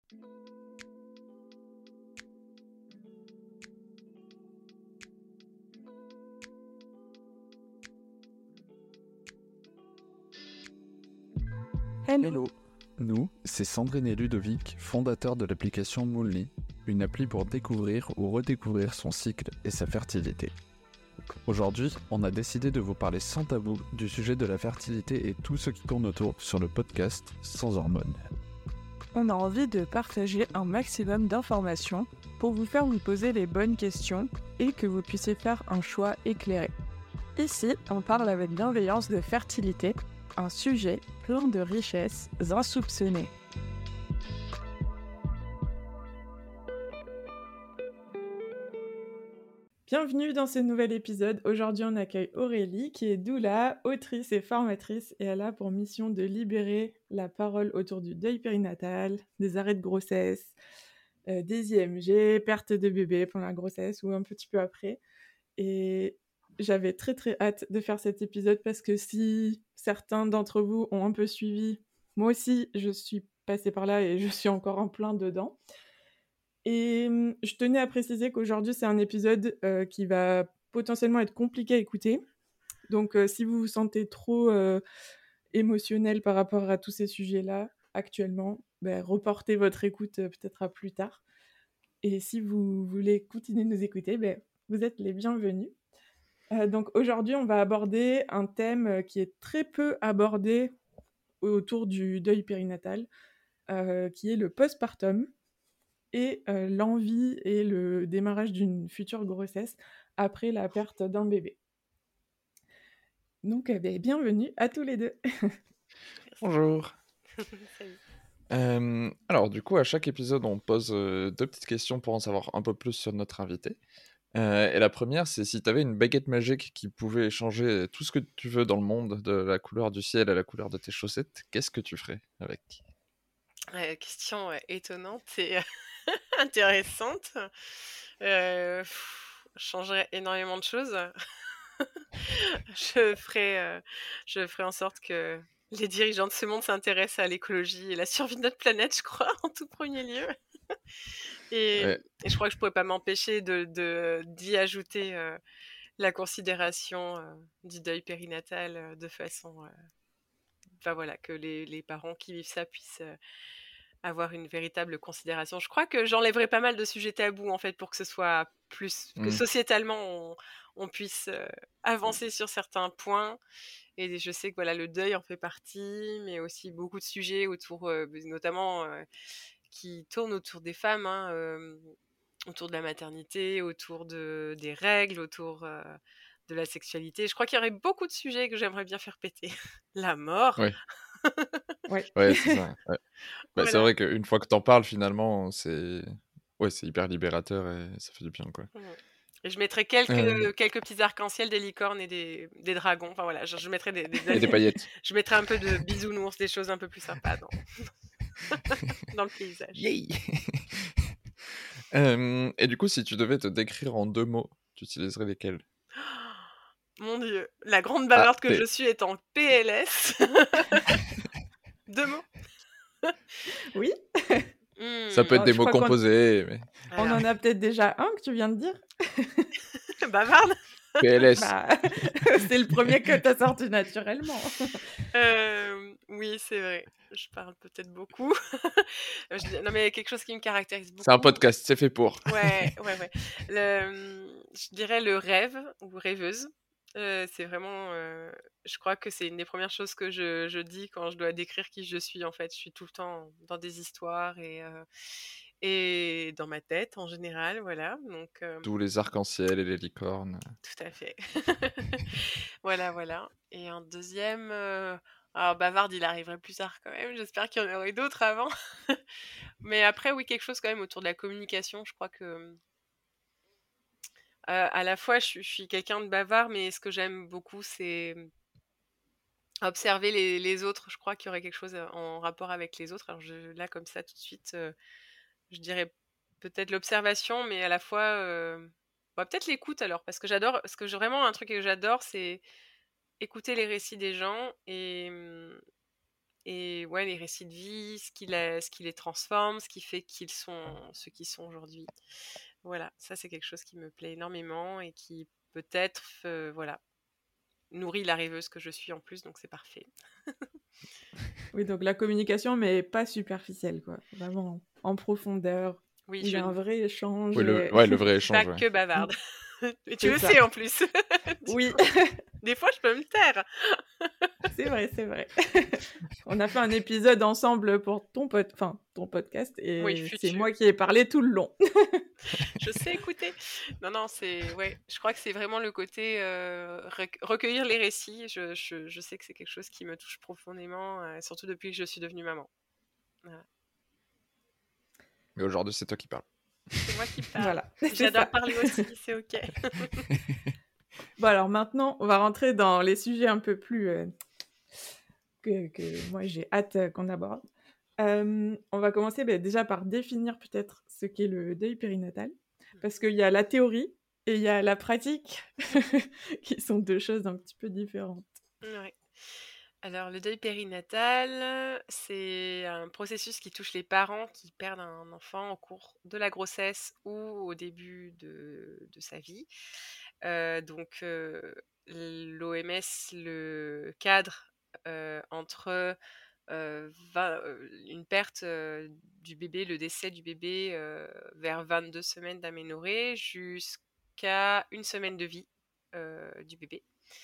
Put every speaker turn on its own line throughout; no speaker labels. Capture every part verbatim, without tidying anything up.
Hello. Nous, c'est Sandrine et Ludovic, fondateurs de l'application Moonly, une appli pour découvrir ou redécouvrir son cycle et sa fertilité. Aujourd'hui, on a décidé de vous parler sans tabou du sujet de la fertilité et tout ce qui tourne autour sur le podcast Sans hormones.
On a envie de partager un maximum d'informations pour vous faire vous poser les bonnes questions et que vous puissiez faire un choix éclairé. Ici, on parle avec bienveillance de fertilité, un sujet plein de richesses insoupçonnées. Bienvenue dans ce nouvel épisode. Aujourd'hui, on accueille Aurélie, qui est doula, autrice et formatrice, et elle a pour mission de libérer la parole autour du deuil périnatal, des arrêts de grossesse, euh, des I M G, perte de bébé pendant la grossesse ou un petit peu après. Et j'avais très très hâte de faire cet épisode parce que si certains d'entre vous ont un peu suivi, moi aussi, je suis passée par là et je suis encore en plein dedans. Et hum, je tenais à préciser qu'aujourd'hui, c'est un épisode euh, qui va potentiellement être compliqué à écouter. Donc, euh, si vous vous sentez trop euh, émotionnel par rapport à tous ces sujets-là, actuellement, ben, reportez votre écoute euh, peut-être à plus tard. Et si vous voulez continuer de nous écouter, ben, vous êtes les bienvenus. Euh, donc, aujourd'hui, on va aborder un thème euh, qui est très peu abordé autour du deuil périnatal, euh, qui est le postpartum et euh, l'envie et le démarrage d'une future grossesse après la perte d'un bébé. Donc, euh, ben, bienvenue à tous les deux.
Bonjour.
Salut.
Euh, alors du coup, à chaque épisode, on pose euh, deux petites questions pour en savoir un peu plus sur notre invité. Euh, et la première, c'est si tu avais une baguette magique qui pouvait changer tout ce que tu veux dans le monde, de la couleur du ciel à la couleur de tes chaussettes, qu'est-ce que tu ferais avec?
Euh, question euh, étonnante et euh, intéressante. Euh, pff, je changerais énormément de choses. je ferais, euh, je ferais en sorte que les dirigeants de ce monde s'intéressent à l'écologie et la survie de notre planète, je crois, en tout premier lieu. et,
Ouais.
et je crois que je pourrais pas m'empêcher de, de- d'y ajouter euh, la considération euh, du deuil périnatal euh, de façon, euh, enfin voilà, que les, les parents qui vivent ça puissent euh, avoir une véritable considération. Je crois que j'enlèverais pas mal de sujets tabous en fait pour que ce soit plus que
Mm.
sociétalement on, on puisse euh, avancer sur certains points. Et je sais que voilà le deuil en fait partie, mais aussi beaucoup de sujets autour, euh, notamment euh, qui tournent autour des femmes, hein, euh, autour de la maternité, autour de des règles, autour euh, de la sexualité. Je crois qu'il y aurait beaucoup de sujets que j'aimerais bien faire péter. La mort.
Ouais,
Ouais.
ouais, c'est ça. Ouais. Bah, c'est
Voilà.
vrai qu'une fois que t'en parles, finalement, c'est ouais, c'est hyper libérateur et ça fait du bien, quoi.
Mm. Et je mettrais
Euh,
quelques, quelques petits arcs-en-ciel, des licornes et des, des dragons. Enfin voilà, je, je mettrais des, des
Et des
animaux.
paillettes.
Je mettrais un peu de bisounours, des choses un peu plus sympas dans, dans le paysage.
Yay! Euh, et du coup, si tu devais te décrire en deux mots, tu utiliserais lesquels?
Mon Dieu, la grande
Ah,
bavarde que
t'es-
je suis est en P L S. Deux mots.
Oui,
Ça peut être
Hmm,
alors,
des
je
mots
crois qu'on
composés, mais
on
alors,
en a peut-être déjà un que tu viens de dire.
bavarde.
P L S.
Bah, c'est le premier que tu as sorti naturellement.
Euh, oui, c'est vrai. Je parle peut-être beaucoup. Je dis- non, mais quelque chose qui me caractérise
C'est un
beaucoup.
podcast, c'est fait pour.
Ouais, ouais, ouais. Le, je dirais le rêve ou rêveuse. Euh, c'est vraiment, euh, je crois que c'est une des premières choses que je, je dis quand je dois décrire qui je suis. En fait, je suis tout le temps dans des histoires et, euh, et dans ma tête en général, voilà. Donc, euh,
D'où les arcs-en-ciel et les licornes.
tout à fait. Voilà, voilà. Et un deuxième, euh, alors bavarde, il arriverait plus tard quand même. J'espère qu'il y en aurait d'autres avant. Mais après, oui, quelque chose quand même autour de la communication. Je crois que Euh, à la fois, je, suis je suis quelqu'un de bavard, mais ce que j'aime beaucoup, c'est observer les, les autres. Je crois qu'il y aurait quelque chose euh, en rapport avec les autres. Alors je, là, comme ça, tout de suite, euh, je dirais peut-être l'observation, mais à la fois, euh, bah, peut-être l'écoute alors, parce que j'adore, parce que j'ai vraiment un truc que j'adore, c'est écouter les récits des gens et, hum, Et ouais, les récits de vie, ce qui, la- ce qui les transforme, ce qui fait qu'ils sont ce qu'ils sont aujourd'hui. Voilà, ça c'est quelque chose qui me plaît énormément et qui peut-être euh, voilà, nourrit la rêveuse que je suis en plus, donc c'est parfait.
Oui, donc la communication, mais pas superficielle, quoi. Vraiment en profondeur,
Oui,
où il y
je
a un
ne
vrai échange.
Oui, le,
Et...
ouais, le vrai
suis pas
échange, ouais.
que bavarde. Et tu
C'est
le
ça.
sais en plus. Du
Oui,
coup, des fois, je peux me taire.
c'est vrai, c'est vrai. On a fait un épisode ensemble pour ton, pod... enfin, ton podcast
Oui,
et c'est
futur.
moi qui ai parlé tout le long.
Je sais écouter. Non, non, c'est ouais. Je crois que c'est vraiment le côté euh, rec- recueillir les récits. Je, je, je sais que c'est quelque chose qui me touche profondément, euh, surtout depuis que je suis devenue maman. Voilà.
Mais aujourd'hui, c'est toi qui parles.
C'est moi qui parle.
Voilà, c'est
J'adore
ça.
parler aussi, c'est ok.
Bon, alors maintenant, on va rentrer dans les sujets un peu plus euh, que, que moi j'ai hâte euh, qu'on aborde. Euh, on va commencer bah, déjà par définir peut-être ce qu'est le deuil périnatal, parce qu'il y a la théorie et il y a la pratique, qui sont deux choses un petit peu différentes.
Ouais. Alors, le deuil périnatal, c'est un processus qui touche les parents qui perdent un enfant au cours de la grossesse ou au début de, de sa vie. Euh, donc, euh, l'O M S le cadre euh, entre euh, vingt- euh, une perte euh, du bébé, le décès du bébé euh, vers vingt-deux semaines d'aménorrhée jusqu'à une semaine de vie euh, du bébé.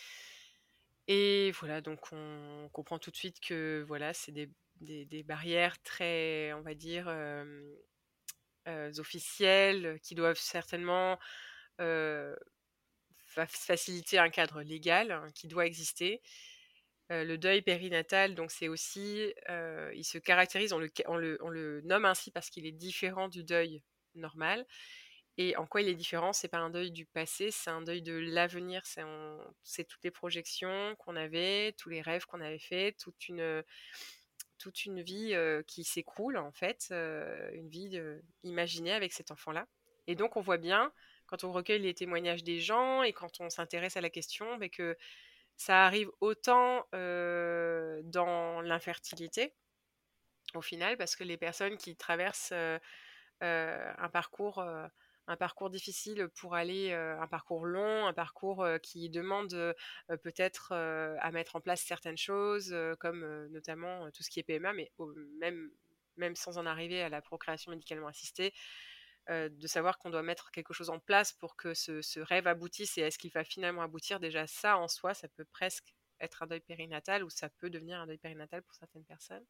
Et voilà, donc on comprend tout de suite que voilà, c'est des, des- des barrières très, on va dire, euh, euh, officielles qui doivent certainement euh, fa- faciliter un cadre légal hein, qui doit exister. Euh, le deuil périnatal, donc c'est aussi, euh, il se caractérise, on le, on le, on le nomme ainsi parce qu'il est différent du deuil normal. Et en quoi il est différent? C'est pas un deuil du passé, c'est un deuil de l'avenir. C'est, on- c'est toutes les projections qu'on avait, tous les rêves qu'on avait faits, toute une, toute une vie euh, qui s'écroule en fait, euh, une vie de- imaginée avec cet enfant-là. Et donc on voit bien, quand on recueille les témoignages des gens et quand on s'intéresse à la question, mais que ça arrive autant euh, dans l'infertilité au final, parce que les personnes qui traversent euh, euh, un parcours, euh, un parcours difficile pour aller, euh, un parcours long, un parcours euh, qui demande euh, peut-être euh, à mettre en place certaines choses, euh, comme euh, notamment euh, tout ce qui est P M A, mais au- même, même sans en arriver à la procréation médicalement assistée, euh, de savoir qu'on doit mettre quelque chose en place pour que ce, ce rêve aboutisse et est-ce qu'il va finalement aboutir, déjà ça en soi, ça peut presque être un deuil périnatal ou ça peut devenir un deuil périnatal pour certaines personnes.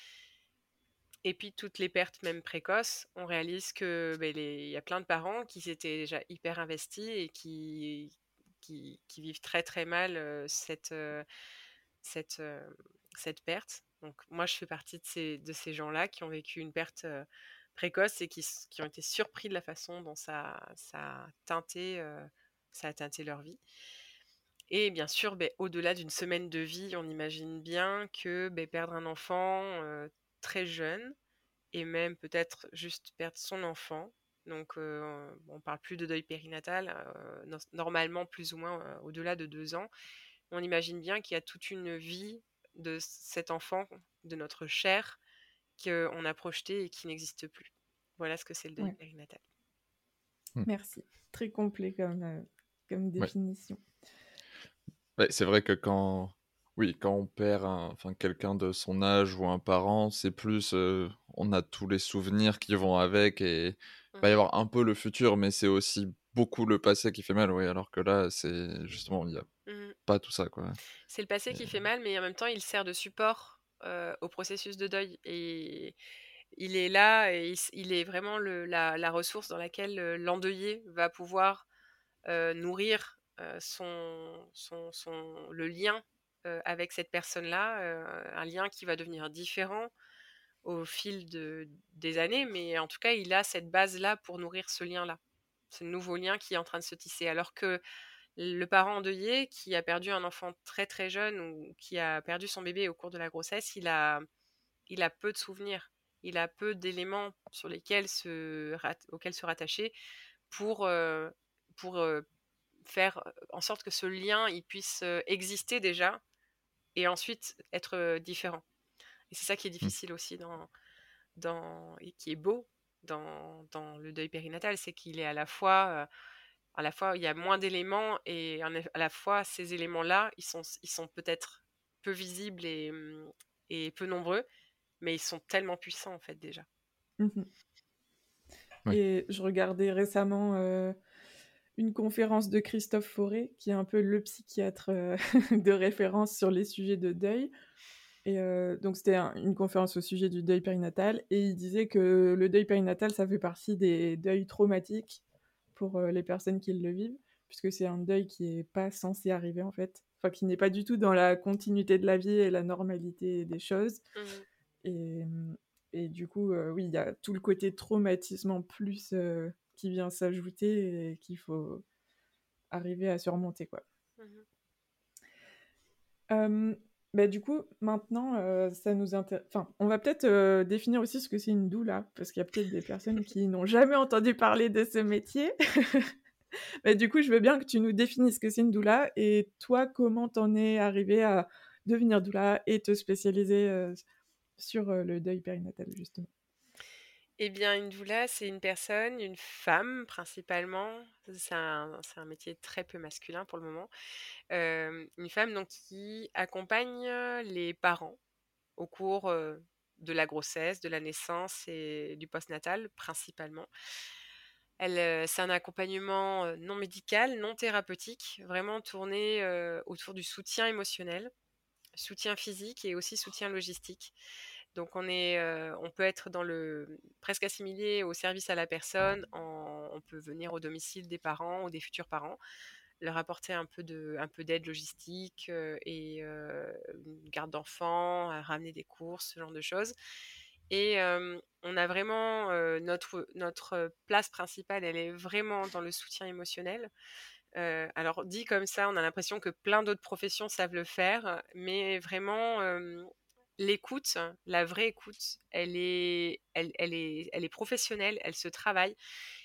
Et puis toutes les pertes, même précoces, on réalise que ben, les- il y a plein de parents qui s'étaient déjà hyper investis et qui, qui, qui vivent très très mal euh, cette, euh, cette, euh, cette perte. Donc moi, je fais partie de ces, de ces gens-là qui ont vécu une perte euh, précoce et qui, s- qui ont été surpris de la façon dont ça, ça a teinté, euh, ça a teinté leur vie. Et bien sûr, ben, au-delà d'une semaine de vie, on imagine bien que ben, perdre un enfant euh, très jeune, et même peut-être juste perdre son enfant. Donc, euh, on parle plus de deuil périnatal, euh, no- normalement plus ou moins euh, au-delà de deux ans. On imagine bien qu'il y a toute une vie de cet enfant, de notre chair, qu'on a projeté et qui n'existe plus. Voilà ce que c'est le deuil
Ouais,
périnatal.
Hmm.
merci. Très complet comme, euh, comme
Ouais.
définition.
Ouais, c'est vrai que quand, oui, quand on perd un- enfin, quelqu'un de son âge ou un parent, c'est plus, euh, on a tous les souvenirs qui vont avec et il va y
Mhm.
avoir un peu le futur, mais c'est aussi beaucoup le passé qui fait mal, oui, alors que là, c'est justement, il n'y a
Mhm.
pas tout ça, quoi.
C'est le passé
Et-
qui fait mal, mais en même temps, il sert de support euh, au processus de deuil. Et il est là, et il, s- il est vraiment le- la, la ressource dans laquelle euh, l'endeuillé va pouvoir euh, nourrir euh, son, son, son- le lien euh, avec cette personne-là, euh, un lien qui va devenir différent au fil de, des années, mais en tout cas, il a cette base-là pour nourrir ce lien-là, ce nouveau lien qui est en train de se tisser. Alors que le parent endeuillé qui a perdu un enfant très très jeune ou qui a perdu son bébé au cours de la grossesse, il a, il a peu de souvenirs, il a peu d'éléments sur lesquels se, rat- auxquels se rattacher pour, euh, pour euh, faire en sorte que ce lien il puisse euh, exister déjà et ensuite être euh, différent. Et c'est ça qui est
Mm.
difficile aussi dans, dans, et qui est beau dans, dans le deuil périnatal, c'est qu'il est à la fois, euh, à la fois, il y a moins d'éléments et en eff- à la fois, ces éléments-là, ils sont, ils sont peut-être peu visibles et, hum, et peu nombreux, mais ils sont tellement puissants en fait déjà.
Mhm.
Oui.
Et je regardais récemment euh, une conférence de Christophe Fauré, qui est un peu le psychiatre euh, de référence sur les sujets de deuil. Et euh, donc c'était un- une conférence au sujet du deuil périnatal, et il disait que le deuil périnatal, ça fait partie des deuils traumatiques pour euh, les personnes qui le vivent, puisque c'est un deuil qui est pas censé arriver en fait, enfin qui n'est pas du tout dans la continuité de la vie et la normalité des choses.
Mhm.
Et, et du coup, euh, oui, il y a tout le côté traumatisme en plus euh, qui vient s'ajouter et qu'il faut arriver à surmonter, quoi.
Mhm.
Euh, bah, du coup, maintenant, euh, ça nous intéresse. Enfin, on va peut-être euh, définir aussi ce que c'est une doula, parce qu'il y a peut-être des personnes qui n'ont jamais entendu parler de ce métier. Bah, du coup, je veux bien que tu nous définisses ce que c'est une doula, et toi, comment t'en es arrivé à devenir doula et te spécialiser euh, sur euh, le deuil périnatal, justement.
Eh bien, une doula, c'est une personne, une femme principalement. C'est un, c'est un métier très peu masculin pour le moment. Euh, une femme donc qui accompagne les parents au cours euh, de la grossesse, de la naissance et du postnatal principalement. Elle, euh, c'est un accompagnement euh, non médical, non thérapeutique, vraiment tourné euh, autour du soutien émotionnel, soutien physique et aussi soutien logistique. Donc on est, euh, on peut être dans le presque assimilé au service à la personne. En- on peut venir au domicile des parents ou des futurs parents, leur apporter un peu de, un peu d'aide logistique euh, et euh, une garde d'enfants, à ramener des courses, ce genre de choses. Et euh, on a vraiment euh, notre notre place principale, elle est vraiment dans le soutien émotionnel. Euh, alors dit comme ça, on a l'impression que plein d'autres professions savent le faire, mais vraiment euh, l'écoute, la vraie écoute, elle est, elle, elle est, elle est professionnelle, elle se travaille.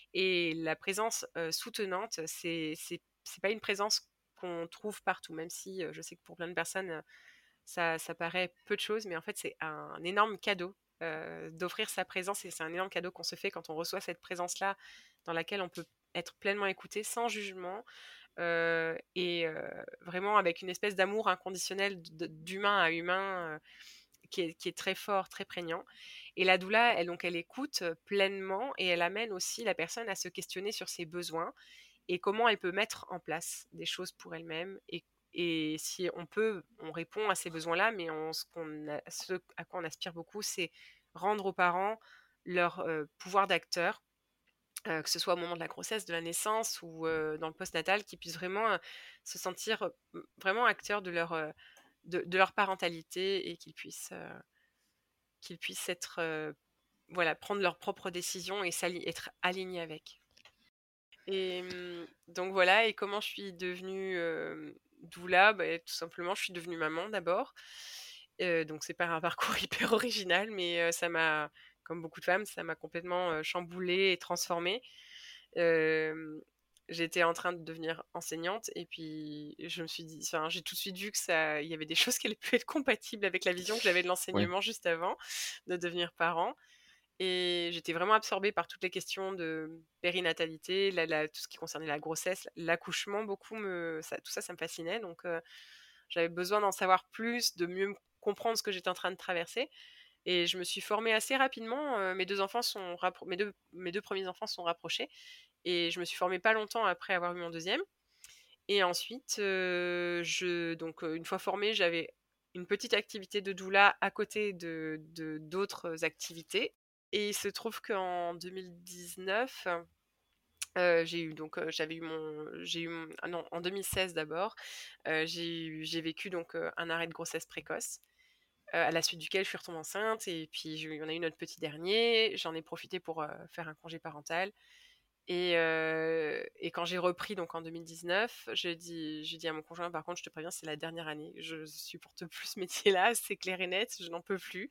Et la présence euh, soutenante, c'est, c'est, c'est pas une présence qu'on trouve partout, même si euh, je sais que pour plein de personnes, euh, ça, ça paraît peu de choses, mais en fait, c'est un énorme cadeau euh, d'offrir sa présence et c'est un énorme cadeau qu'on se fait quand on reçoit cette présence-là dans laquelle on peut être pleinement écouté, sans jugement, euh, et euh, vraiment avec une espèce d'amour inconditionnel d- d'humain à humain euh, qui est, qui est très fort, très prégnant. Et la doula, elle, donc, elle écoute pleinement et elle amène aussi la personne à se questionner sur ses besoins et comment elle peut mettre en place des choses pour elle-même. Et, et si on peut, on répond à ces besoins-là, mais on, ce, qu'on a- ce à quoi on aspire beaucoup, c'est rendre aux parents leur euh, pouvoir d'acteur, euh, que ce soit au moment de la grossesse, de la naissance ou euh, dans le postnatal, qu'ils puissent vraiment euh, se sentir euh, vraiment acteurs de leur, euh, de, de leur parentalité et qu'ils puissent, euh, qu'ils puissent être, euh, voilà, prendre leurs propres décisions et s'ali- être alignés avec. Et hum, donc voilà, et comment je suis devenue euh, doula? Bah, tout simplement, je suis devenue maman d'abord. Euh, donc c'est pas un parcours hyper original, mais euh, ça m'a, comme beaucoup de femmes, ça m'a complètement euh, chamboulée et transformée. Euh, J'étais en train de devenir enseignante et puis je me suis dit, enfin, j'ai tout de suite vu que ça, il y avait des choses qui allaient plus être compatibles avec la vision que j'avais de
Oui.
l'enseignement juste avant de devenir parent. Et j'étais vraiment absorbée par toutes les questions de périnatalité, la, la- tout ce qui concernait la grossesse, l'accouchement, beaucoup me, ça, tout ça, ça me fascinait. Donc euh, j'avais besoin d'en savoir plus, de mieux comprendre ce que j'étais en train de traverser. Et je me suis formée assez rapidement. euh, mes deux enfants sont rappro- mes deux, mes deux premiers enfants sont rapprochés. Et je me suis formée pas longtemps après avoir eu mon deuxième. Et ensuite, euh, je, donc, euh, une fois formée, j'avais une petite activité de doula à côté de, de- d'autres activités. Et il se trouve qu'en deux mille dix-neuf, euh, j'ai eu donc euh, j'avais eu mon j'ai eu mon- ah non, en deux mille seize d'abord, euh, j'ai eu- j'ai vécu donc euh, un arrêt de grossesse précoce, euh, à la suite duquel je suis retombée enceinte et puis j'ai eu- on a eu notre petit dernier. J'en ai profité pour euh, faire un congé parental. Et, euh, et quand j'ai repris donc en deux mille dix-neuf, j'ai dit, j'ai dit à mon conjoint, par contre, je te préviens, c'est la dernière année. Je supporte plus ce métier-là, c'est clair et net, je n'en peux plus.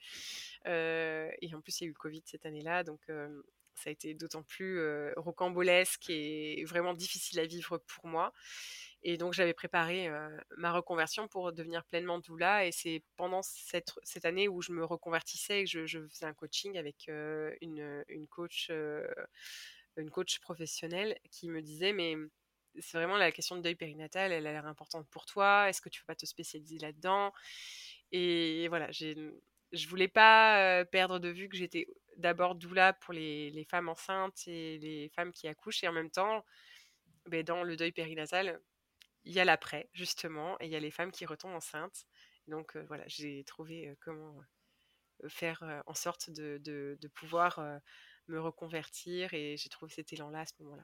Euh, et en plus, il y a eu le Covid cette année-là, donc euh, ça a été d'autant plus euh, rocambolesque et vraiment difficile à vivre pour moi. Et donc, j'avais préparé euh, ma reconversion pour devenir pleinement doula. Et c'est pendant cette, cette année où je me reconvertissais et que je, je faisais un coaching avec euh, une, une, coach, euh, une coach professionnelle qui me disait, mais c'est vraiment la question de deuil périnatal, elle a l'air importante pour toi. Est-ce que tu ne veux pas te spécialiser là-dedans? Et voilà, j'ai, je ne voulais pas euh, perdre de vue que j'étais d'abord doula pour les, les femmes enceintes et les femmes qui accouchent. Et en même temps, ben, dans le deuil périnatal, il y a l'après, justement, et il y a les femmes qui retombent enceintes. Donc euh, voilà, j'ai trouvé euh, comment euh, faire euh, en sorte de, de, de pouvoir euh, me reconvertir, et j'ai trouvé cet élan-là à ce moment-là.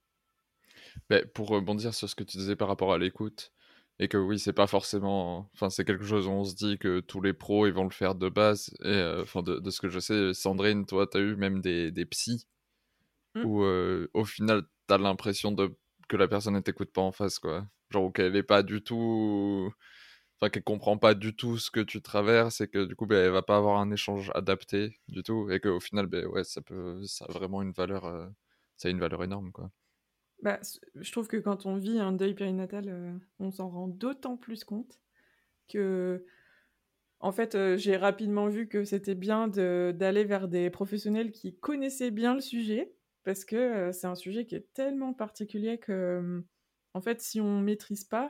Ben, pour rebondir sur ce que tu disais par rapport à l'écoute, et que oui, c'est pas forcément. Enfin, c'est quelque chose où on se dit que tous les pros, ils vont le faire de base. Et euh, enfin, de, de ce que je sais, Sandrine, toi, t'as eu même des, des psys
Mm.
où euh, au final, t'as l'impression de que la personne ne t'écoute pas en face, quoi. Genre, qu'elle est pas du tout. Enfin, qu'elle comprend pas du tout ce que tu traverses et que du coup, ben, elle va pas avoir un échange adapté du tout. Et qu'au final, ben, ouais, ça peut. Ça a vraiment une valeur. euh, Ça a une valeur énorme, quoi.
Bah, c- je trouve que quand on vit un deuil périnatal, euh, on s'en rend d'autant plus compte que, en fait, euh, j'ai rapidement vu que c'était bien de- d'aller vers des professionnels qui connaissaient bien le sujet, parce que euh, c'est un sujet qui est tellement particulier que, euh, en fait, si on maîtrise pas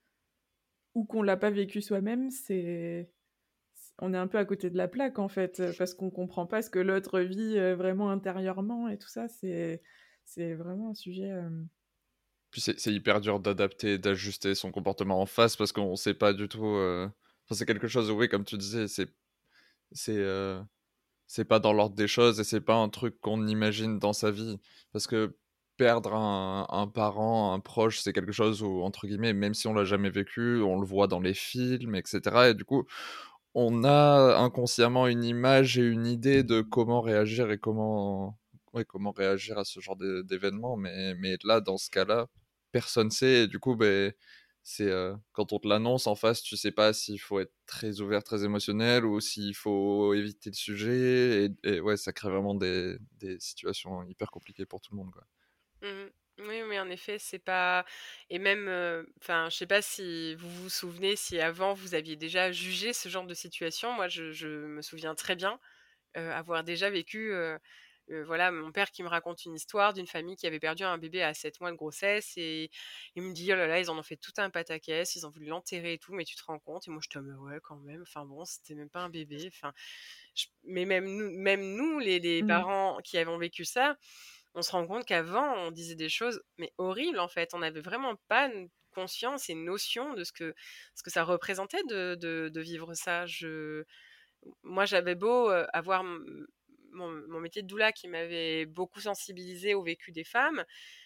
ou qu'on l'a pas vécu soi-même, c'est on est un peu à côté de la plaque, en fait, euh, parce qu'on comprend pas ce que l'autre vit euh, vraiment intérieurement et tout ça. C'est c'est vraiment un sujet. euh,
Puis c'est c'est hyper dur d'adapter, d'ajuster son comportement en face parce qu'on sait pas du tout. euh, Enfin, c'est quelque chose, oui, comme tu disais, c'est c'est euh, c'est pas dans l'ordre des choses et c'est pas un truc qu'on imagine dans sa vie. Parce que perdre un, un parent, un proche, c'est quelque chose où, entre guillemets, même si on l'a jamais vécu, on le voit dans les films, et cetera. Et du coup, on a inconsciemment une image et une idée de comment réagir et comment, ouais, comment réagir à ce genre d'é- d'événement. Mais, mais là, dans ce cas-là, personne sait. Et du coup, ben, c'est euh, quand on te l'annonce en face, tu sais pas s'il faut être très ouvert, très émotionnel ou s'il faut éviter le sujet. Et, et ouais, ça crée vraiment des, des situations hyper compliquées pour tout le monde, quoi.
Mhm. Oui, oui, en effet, c'est pas. Et même, euh, enfin, je sais pas si vous vous souvenez, si avant vous aviez déjà jugé ce genre de situation. Moi, je, je me souviens très bien euh, avoir déjà vécu. euh, euh, voilà, mon père qui me raconte une histoire d'une famille qui avait perdu un bébé à sept mois de grossesse, et il me dit, oh là là, ils en ont fait tout un pataquès, ils ont voulu l'enterrer et tout, mais tu te rends compte? Et moi, je te dis, mais ouais, quand même. Enfin bon, c'était même pas un bébé. Enfin, je- mais même nous, même nous, les, les
mm.
parents qui avons vécu ça, on se rend compte qu'avant, on disait des choses, mais horribles en fait. On n'avait vraiment pas une conscience et une notion de ce que, ce que ça représentait de, de, de vivre ça. Je, moi, j'avais beau euh, avoir m- mon, mon métier de doula qui m'avait beaucoup sensibilisée au vécu des femmes.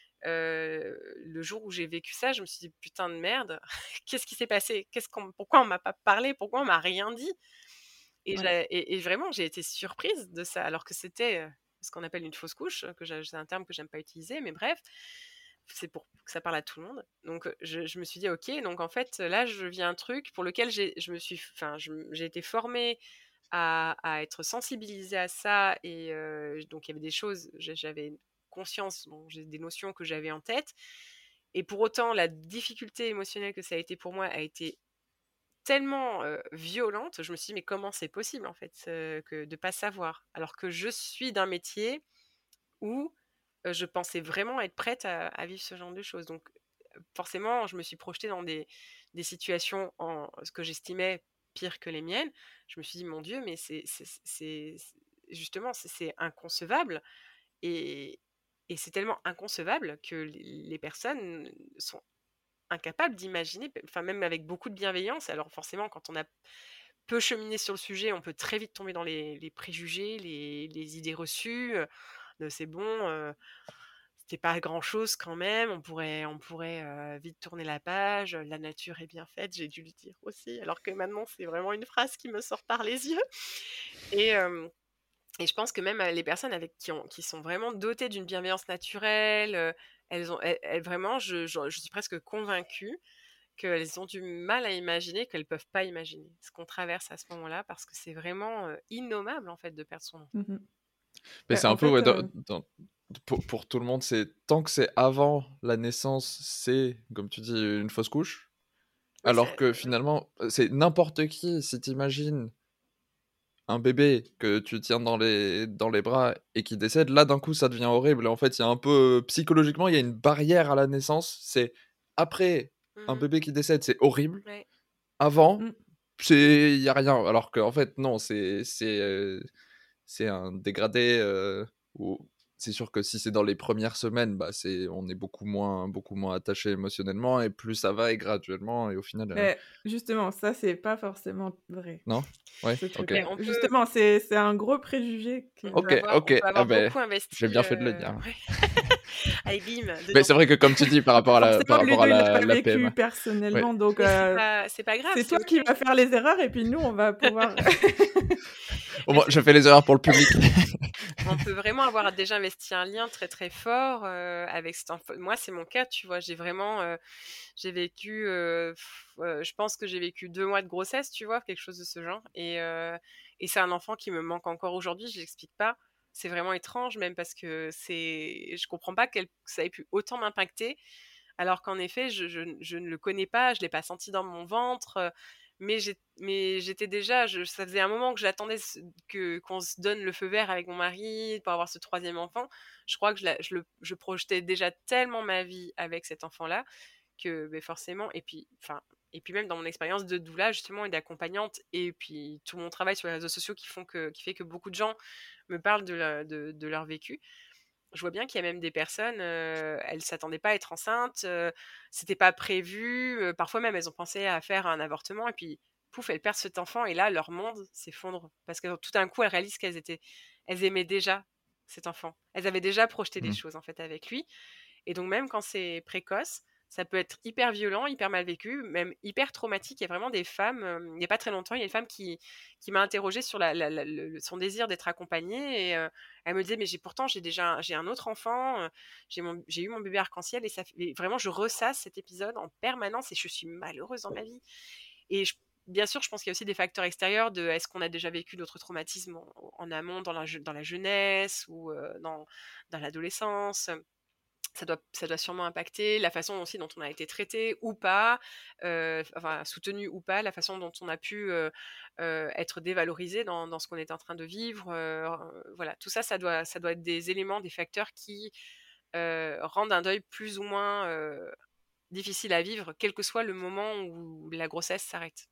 euh, le jour où j'ai vécu ça, je me suis dit, putain de merde, qu'est-ce qui s'est passé? Qu'est-ce qu'on, pourquoi on m'a pas parlé? Pourquoi on m'a rien dit? Et,
Ouais.
j'ai- et- et vraiment, j'ai été surprise de ça, alors que c'était euh, ce qu'on appelle une fausse couche, que j'ai- c'est un terme que j'aime pas utiliser, mais bref, c'est pour que ça parle à tout le monde. Donc, euh, je, je me suis dit, ok, donc en fait, là, je vis un truc pour lequel j'ai, je me suis, enfin, je m- j'ai été formée à, à être sensibilisée à ça, et euh, donc il y avait des choses, j'ai- j'avais conscience, bon, j'ai des notions que j'avais en tête, et pour autant, la difficulté émotionnelle que ça a été pour moi a été tellement euh, violente. Je me suis dit, mais comment c'est possible en fait euh, que de pas savoir, alors que je suis d'un métier où euh, je pensais vraiment être prête à, à vivre ce genre de choses. Donc forcément, je me suis projetée dans des, des situations en ce que j'estimais pire que les miennes. Je me suis dit, mon Dieu, mais c'est c'est- c'est- c'est- justement c'est c'est inconcevable, et, et c'est tellement inconcevable que les les personnes sont incapables d'imaginer, enfin même avec beaucoup de bienveillance. Alors forcément, quand on a peu cheminé sur le sujet, on peut très vite tomber dans les, les préjugés, les, les idées reçues, euh, de c'est bon, euh, c'était pas grand-chose quand même, on pourrait, on pourrait euh, vite tourner la page, la nature est bien faite, j'ai dû le dire aussi, alors que maintenant c'est vraiment une phrase qui me sort par les yeux. Et, euh, et je pense que même euh, les personnes avec qui, ont, qui sont vraiment dotées d'une bienveillance naturelle, euh, elles ont, elles, elles- vraiment, je, je, je suis presque convaincue qu'elles ont du mal à imaginer, qu'elles peuvent pas imaginer ce qu'on traverse à ce moment-là, parce que c'est vraiment euh, innommable en fait de perdre son enfant.
Mhm.
Mais
Bah,
c'est un
en
peu, ouais,
fait,
dans,
euh,
dans- pour, pour tout le monde, c'est tant que c'est avant la naissance, c'est, comme tu dis, une fausse couche.
Oui,
Alors
ça-
que
oui.
finalement, c'est n'importe qui, si t'imagines un bébé que tu tiens dans les, dans les bras et qui décède, là d'un coup ça devient horrible. Et en fait, il y a un peu, psychologiquement, il y a une barrière à la naissance. C'est après un
Mhm.
bébé qui décède, c'est horrible.
Ouais.
Avant,
Mm.
c'est, il y a rien. Alors qu'en fait, non, c'est, c'est, euh, c'est un dégradé. euh, où c'est sûr que si c'est dans les premières semaines, bah c'est, on est beaucoup moins, beaucoup moins attaché émotionnellement et plus ça va et graduellement et au final, euh,
Mais justement, ça, c'est pas forcément vrai,
non, ouais,
ce
ok,
Mais
truc-là.
on peut,
Justement, c'est c'est un gros préjugé
on
que...
peut
ok,
avoir, on
ok.
peut
Ah
avoir
ben,
beaucoup investi.
j'ai bien fait de le
euh,
dire.
ouais. Allez, bim,
Mais
dedans.
c'est vrai que comme tu dis par rapport à la, par
Forcément,
rapport à
Ludo, il l'a
la,
pas
la
vécu
P M A, ouais.
personnellement, donc
Mais c'est
euh,
pas, c'est pas grave,
c'est
c'est
toi qui
ok.
vas faire les erreurs et puis nous, on va pouvoir...
Au
Mais
moins,
c'est-
je fais les erreurs pour le public.
on peut vraiment avoir déjà investi un lien très très fort euh, avec cet enfant. Moi, c'est mon cas, tu vois. J'ai vraiment, euh, j'ai vécu, euh, pff, euh, je pense que j'ai vécu deux mois de grossesse, tu vois, quelque chose de ce genre. Et, euh, et c'est un enfant qui me manque encore aujourd'hui. Je l'explique pas. C'est vraiment étrange, même parce que c'est, je comprends pas que ça ait pu autant m'impacter. Alors qu'en effet, je, je, je ne le connais pas, je l'ai pas senti dans mon ventre. euh, Mais j'ai- mais j'étais déjà, je, ça faisait un moment que j'attendais ce- que qu'on se donne le feu vert avec mon mari pour avoir ce troisième enfant. Je crois que je, la- je le, je projetais déjà tellement ma vie avec cet enfant-là que ben, forcément, et puis, enfin, et puis même dans mon expérience de doula justement et d'accompagnante, et puis tout mon travail sur les réseaux sociaux qui font que, qui fait que beaucoup de gens me parlent de, la- de, de leur vécu. Je vois bien qu'il y a même des personnes, euh, elles s'attendaient pas à être enceintes, euh, c'était pas prévu, euh, parfois même elles ont pensé à faire un avortement et puis pouf, elles perdent cet enfant et là leur monde s'effondre parce que tout d'un coup elles réalisent qu'elles étaient, elles aimaient déjà cet enfant, elles avaient déjà projeté des
Mm.
choses en fait avec lui et donc même quand c'est précoce, ça peut être hyper violent, hyper mal vécu, même hyper traumatique. Il y a vraiment des femmes, euh, il n'y a pas très longtemps, il y a une femme qui, qui m'a interrogée sur la, la- la- le- son désir d'être accompagnée. Et euh, elle me disait, mais j'ai pourtant, j'ai déjà un- j'ai un autre enfant, euh, j'ai mon- j'ai eu mon bébé arc-en-ciel et, ça, fait- et vraiment, je ressasse cet épisode en permanence et je suis malheureuse dans ma vie. Et je- bien sûr, je pense qu'il y a aussi des facteurs extérieurs de est-ce qu'on a déjà vécu d'autres traumatismes en, en amont dans la, je- dans la jeunesse ou euh, dans, dans l'adolescence. Ça doit, ça doit sûrement impacter la façon aussi dont on a été traité ou pas, euh, enfin soutenu ou pas, la façon dont on a pu euh, euh, être dévalorisé dans, dans ce qu'on est en train de vivre. euh, voilà, tout ça, ça doit, ça doit être des éléments, des facteurs qui euh, rendent un deuil plus ou moins euh, difficile à vivre, quel que soit le moment où la grossesse s'arrête.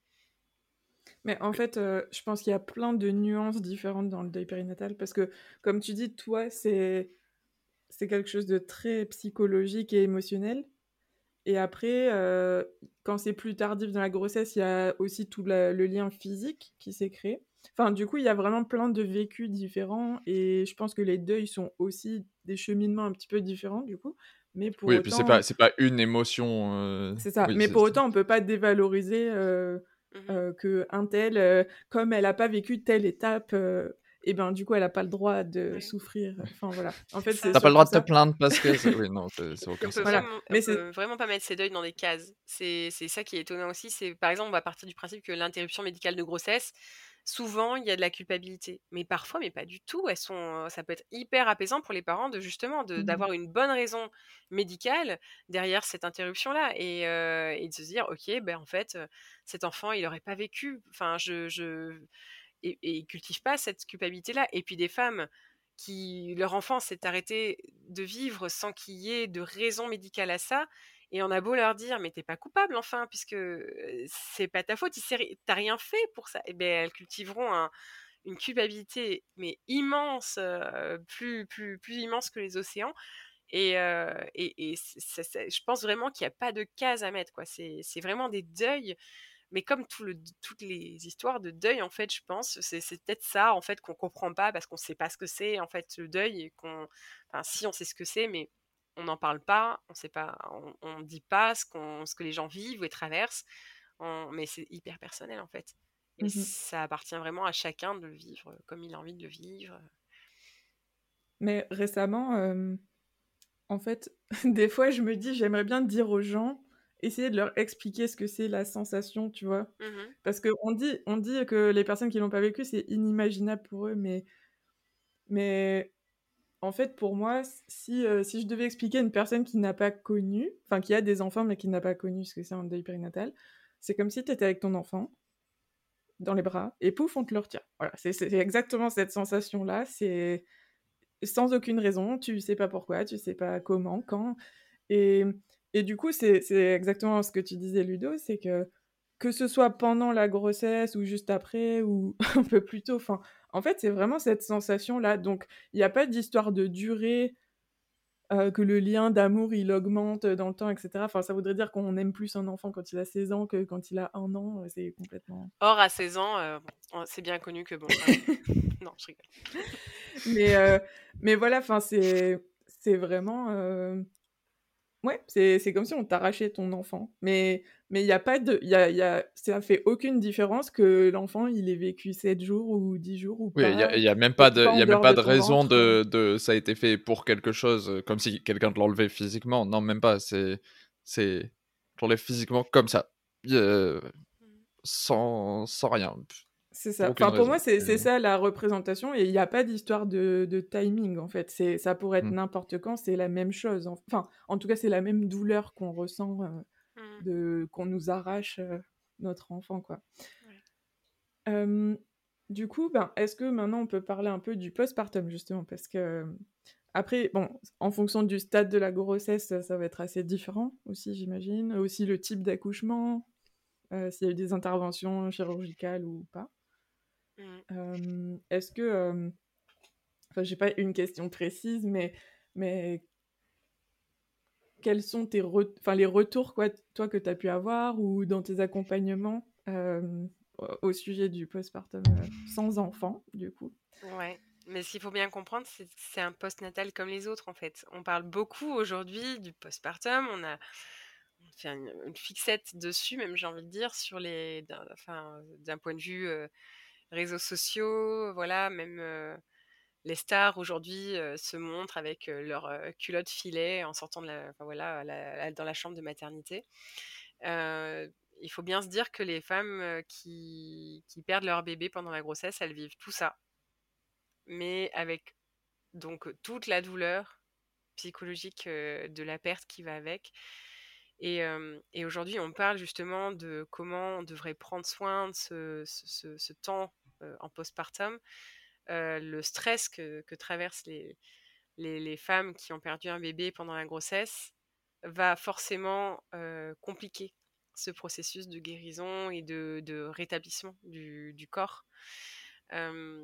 Mais en fait, euh, je pense qu'il y a plein de nuances différentes dans le deuil périnatal parce que, comme tu dis, toi, c'est c'est quelque chose de très psychologique et émotionnel. Et après, euh, quand c'est plus tardif dans la grossesse, il y a aussi tout la- le lien physique qui s'est créé. Enfin, du coup, il y a vraiment plein de vécus différents et je pense que les deuils sont aussi des cheminements un petit peu différents, du coup. Mais pour
Oui, et puis c'est pas,
autant,
c'est pas une émotion. euh,
c'est ça.
Oui,
Mais
c'est.
pour autant, on peut pas dévaloriser euh,
Mhm.
euh, que un tel, euh, comme elle a pas vécu telle étape, euh, et ben du coup, elle a pas le droit de
Ouais.
souffrir. Enfin voilà. En
C'est
fait,
ça.
c'est
T'as pas le
surtout
droit de te
ça.
plaindre parce que. c'est- Oui, non, c'est c'est
Et
aucun
on peut
sens.
Voilà.
vraiment, on
Mais c'est
peut vraiment pas mettre ces deuils dans des cases. C'est, c'est ça qui est étonnant aussi. C'est, par exemple, on va partir du principe que l'interruption médicale de grossesse, souvent, il y a de la culpabilité. Mais parfois, mais pas du tout. Elles sont, ça peut être hyper apaisant pour les parents de justement de,
Mhm.
d'avoir une bonne raison médicale derrière cette interruption-là et, euh, et de se dire, ok, ben en fait, euh, cet enfant, il n'aurait pas vécu. Enfin, je, je, et, et ils cultivent pas cette culpabilité-là. Et puis des femmes qui, leur enfant s'est arrêté de vivre sans qu'il y ait de raison médicale à ça, et on a beau leur dire, mais t'es pas coupable enfin, puisque euh, c'est pas ta faute, il s'est ri- t'as rien fait pour ça. Et ben elles cultiveront un- une culpabilité, mais immense, euh, plus, plus, plus immense que les océans. Et, euh, et, et c'est- c'est- je pense vraiment qu'il n'y a pas de case à mettre, quoi. C'est, c'est vraiment des deuils mais comme tout le, toutes les histoires de deuil, en fait, je pense, c'est, c'est peut-être ça, en fait, qu'on comprend pas parce qu'on sait pas ce que c'est, en fait, le deuil, et qu'on, enfin, si on sait ce que c'est, mais on n'en parle pas, on sait pas, on, on dit pas ce qu'on, ce que les gens vivent et traversent, on- mais c'est hyper personnel, en fait. Et
Mhm.
ça appartient vraiment à chacun de le vivre comme il a envie de le vivre.
Mais récemment, euh, en fait, des fois, je me dis, j'aimerais bien dire aux gens, essayer de leur expliquer ce que c'est la sensation, tu vois.
Mhm.
Parce qu'on dit, on dit que les personnes qui l'ont pas vécu, c'est inimaginable pour eux, mais, mais en fait, pour moi, si, euh, si je devais expliquer à une personne qui n'a pas connu, enfin qui a des enfants mais qui n'a pas connu ce que c'est un deuil périnatal, c'est comme si tu étais avec ton enfant dans les bras et pouf, on te le retire. Voilà, c'est, c'est exactement cette sensation-là. C'est sans aucune raison, tu sais pas pourquoi, tu sais pas comment, quand. Et, et du coup, c'est, c'est exactement ce que tu disais, Ludo, c'est que que ce soit pendant la grossesse ou juste après ou un peu plus tôt, enfin, en fait, c'est vraiment cette sensation-là. Donc, il n'y a pas d'histoire de durée, euh, que le lien d'amour, il augmente dans le temps, et cetera. Enfin, ça voudrait dire qu'on aime plus un enfant quand il a seize ans que quand il a un an. C'est complètement...
Or, à seize ans, euh, bon, c'est bien connu que bon. euh, non, je rigole.
mais, euh, mais voilà, enfin, c'est, c'est vraiment... euh, Ouais, c'est, c'est comme si on t'arrachait ton enfant. Mais mais il y a pas de... Y a, y a, ça fait aucune différence que l'enfant, il ait vécu sept jours ou dix jours ou
Oui, il y
pas,
a, y a même
et
pas
qu'il
de,
soit
il y
en
a même
dehors
pas
de
de
ton
raison
ventre. euh.
de, de ça a été fait pour quelque chose, euh, comme si quelqu'un te l'enlevait physiquement. Non, même pas. C'est, c'est, tu l'enlèves physiquement comme ça, euh, sans, sans rien,
C'est
pour
ça.
aucune
Enfin, pour moi,
raison.
c'est, c'est
Et-
ça la représentation, et il n'y a pas d'histoire de, de timing, en fait. C'est, ça pourrait être
Hmm.
n'importe quand, c'est la même chose. Enfin, en tout cas, c'est la même douleur qu'on ressent, euh,
Mm.
de, qu'on nous arrache euh, notre enfant, quoi.
Ouais.
Euh, du coup, ben, est-ce que maintenant on peut parler un peu du postpartum, justement, parce que après, bon, en fonction du stade de la grossesse, ça, ça va être assez différent aussi, j'imagine. Aussi le type d'accouchement, euh, s'il y a eu des interventions chirurgicales ou pas.
Mm.
Euh, est-ce que, euh, enfin, j'ai pas une question précise, mais, mais quels sont tes re- enfin, les retours, quoi, toi, que tu as pu avoir ou dans tes accompagnements euh, au au sujet du postpartum euh, sans enfant, du coup?
Ouais. Mais ce qu'il faut bien comprendre, c'est que c'est un postnatal comme les autres, en fait. On parle beaucoup aujourd'hui du postpartum. On a on fait une, une fixette dessus, même j'ai envie de dire, sur les, d'un, enfin, d'un point de vue euh, réseaux sociaux, voilà, même euh, les stars aujourd'hui euh, se montrent avec euh, leur euh, culotte filet en sortant de la, enfin, voilà, la- la- dans la chambre de maternité. Euh, il faut bien se dire que les femmes euh, qui, qui perdent leur bébé pendant la grossesse, elles vivent tout ça, mais avec donc toute la douleur psychologique euh, de la perte qui va avec. Et, euh, et aujourd'hui, on parle justement de comment on devrait prendre soin de ce, ce, ce- ce temps euh, en postpartum, euh, le stress que, que traversent les, les, les femmes qui ont perdu un bébé pendant la grossesse va forcément euh, compliquer ce processus de guérison et de, de rétablissement du, du corps. Euh,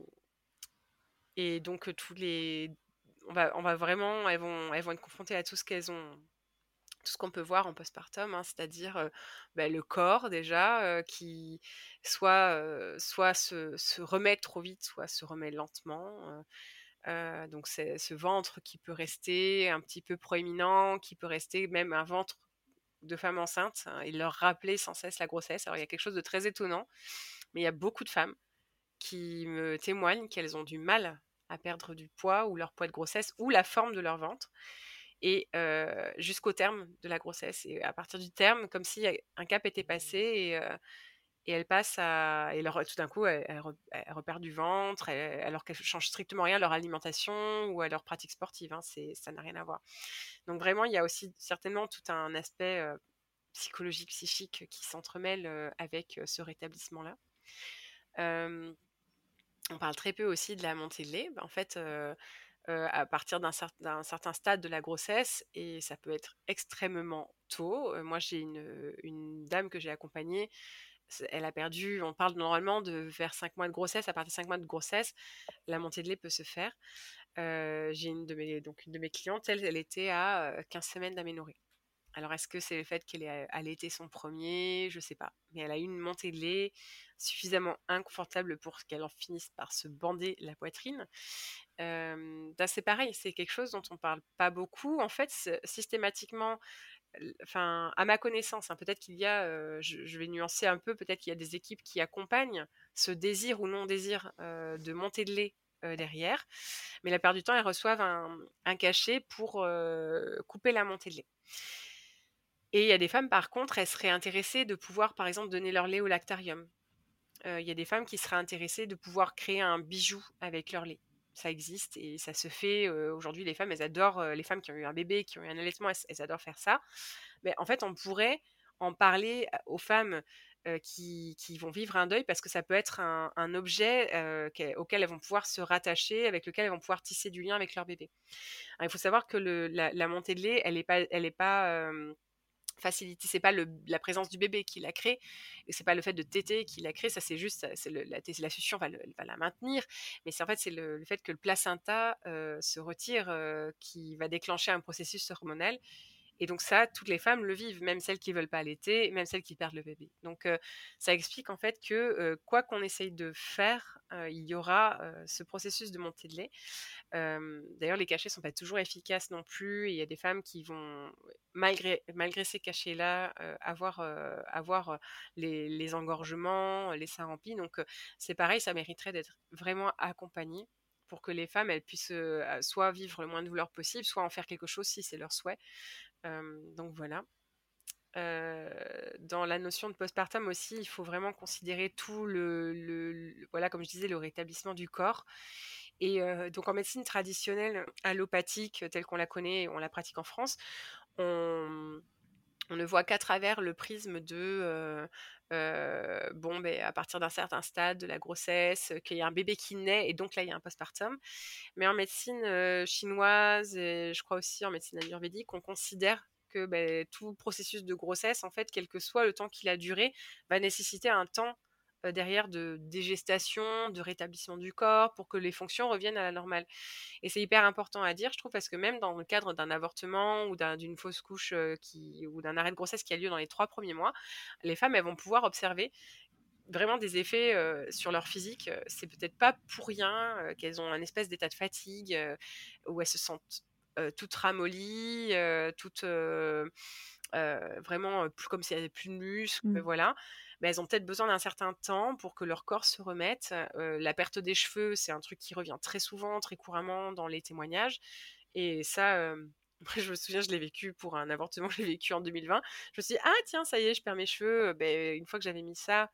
et donc, tous les... On va, on va vraiment... Elles vont, elles vont être confrontées à tout ce qu'elles ont... Tout ce qu'on peut voir en postpartum, hein, c'est-à-dire euh, bah, le corps déjà, euh, qui soit, euh, soit se, se remet trop vite, soit se remet lentement. euh, euh, donc c'est ce ventre qui peut rester un petit peu proéminent, qui peut rester même un ventre de femme enceinte, hein, et leur rappeler sans cesse la grossesse. Alors il y a quelque chose de très étonnant, mais il y a beaucoup de femmes qui me témoignent qu'elles ont du mal à perdre du poids ou leur poids de grossesse ou la forme de leur ventre, et euh, jusqu'au terme de la grossesse. Et à partir du terme, comme si un cap était passé, et, euh, et elles passent à... Et leur, tout d'un coup, elles, elles, elles repèrent du ventre, elles, alors qu'elles ne changent strictement rien à leur alimentation ou à leur pratique sportive. Hein, c'est, ça n'a rien à voir. Donc vraiment, il y a aussi certainement tout un aspect euh, psychologique, psychique qui s'entremêle euh, avec euh, ce rétablissement-là. Euh, on parle très peu aussi de la montée de lait. Ben, en fait, euh, euh, à partir d'un, cer- d'un certain stade de la grossesse, et ça peut être extrêmement tôt. Euh, moi, j'ai une, une dame que j'ai accompagnée. C'est- Elle a perdu, on parle normalement de vers cinq mois de grossesse. À partir de cinq mois de grossesse, la montée de lait peut se faire. Euh, j'ai une de mes, donc une de mes clientes, elle, elle était à euh, quinze semaines d'aménorrhée. Alors, est-ce que c'est le fait qu'elle ait allaité son premier? Je sais pas. Mais elle a eu une montée de lait suffisamment inconfortable pour qu'elle en finisse par se bander la poitrine. Euh, ben, c'est pareil, c'est quelque chose dont on parle pas beaucoup. En fait, c'est- systématiquement, enfin, à ma connaissance, hein, peut-être qu'il y a, euh, je, je vais nuancer un peu, peut-être qu'il y a des équipes qui accompagnent ce désir ou non désir euh, de montée de lait euh, derrière. Mais la plupart du temps, elles reçoivent un, un cachet pour euh, couper la montée de lait. Et il y a des femmes, par contre, elles seraient intéressées de pouvoir, par exemple, donner leur lait au lactarium. Euh, Il y a des femmes qui seraient intéressées de pouvoir créer un bijou avec leur lait. ça existe et ça se fait. Euh, aujourd'hui, les femmes, elles adorent, euh, les femmes qui ont eu un bébé, qui ont eu un allaitement, elles, elles adorent faire ça. Mais en fait, on pourrait en parler à- aux femmes euh, qui, qui vont vivre un deuil parce que ça peut être un, un objet euh, qu'elles- auquel elles vont pouvoir se rattacher, avec lequel elles vont pouvoir tisser du lien avec leur bébé. Alors, il faut savoir que le, la, la montée de lait, elle n'est pas, elle est pas euh, facilitée. C'est pas le, la présence du bébé qui la crée, et c'est pas le fait de téter qui la crée. Ça, c'est juste, c'est le, la, la succion va, le, va la maintenir. Mais c'est en fait, c'est le, le fait que le placenta euh, se retire euh, qui va déclencher un processus hormonal. Et donc ça, toutes les femmes le vivent, même celles qui ne veulent pas allaiter, même celles qui perdent le bébé. Donc euh, ça explique en fait que euh, quoi qu'on essaye de faire, euh, il y aura euh, ce processus de montée de lait. Euh, d'ailleurs, les cachets ne sont pas toujours efficaces non plus. Il y a des femmes qui vont, malgré, malgré ces cachets-là, euh, avoir, euh, avoir les, les engorgements, les seins remplis. Donc euh, c'est pareil, ça mériterait d'être vraiment accompagné pour que les femmes elles puissent euh, soit vivre le moins de douleur possible, soit en faire quelque chose si c'est leur souhait. Euh, donc voilà. Euh, dans la notion de postpartum aussi, il faut vraiment considérer tout le, le- le- voilà, comme je disais, le rétablissement du corps. Et euh, donc en médecine traditionnelle allopathique, telle qu'on la connaît et on la pratique en France, on, on ne voit qu'à travers le prisme de euh, euh, bon, ben, à partir d'un certain stade de la grossesse, qu'il y a un bébé qui naît et donc là il y a un postpartum. Mais en médecine euh, chinoise et je crois aussi en médecine ayurvédique, on considère que ben, tout processus de grossesse, en fait, quel que soit le temps qu'il a duré, va nécessiter un temps euh, derrière de dégestation, de rétablissement du corps pour que les fonctions reviennent à la normale. Et c'est hyper important à dire, je trouve, parce que même dans le cadre d'un avortement ou d'un, d'une fausse couche euh, qui, ou d'un arrêt de grossesse qui a lieu dans les trois premiers mois, les femmes, elles vont pouvoir observer vraiment des effets euh, sur leur physique. Euh, C'est peut-être pas pour rien euh, qu'elles ont un espèce d'état de fatigue euh, où elles se sentent euh, toutes ramollies, euh, toutes euh, euh, vraiment euh, plus comme s'il n'y avait plus de muscles,
Mm.
voilà. Mais elles ont peut-être besoin d'un certain temps pour que leur corps se remette. Euh, la perte des cheveux, c'est un truc qui revient très souvent, très couramment dans les témoignages. Et ça, euh, moi, je me souviens, je l'ai vécu pour un avortement, je l'ai vécu en deux mille vingt. Je me suis dit, ah tiens, ça y est, je perds mes cheveux. Ben, une fois que j'avais mis ça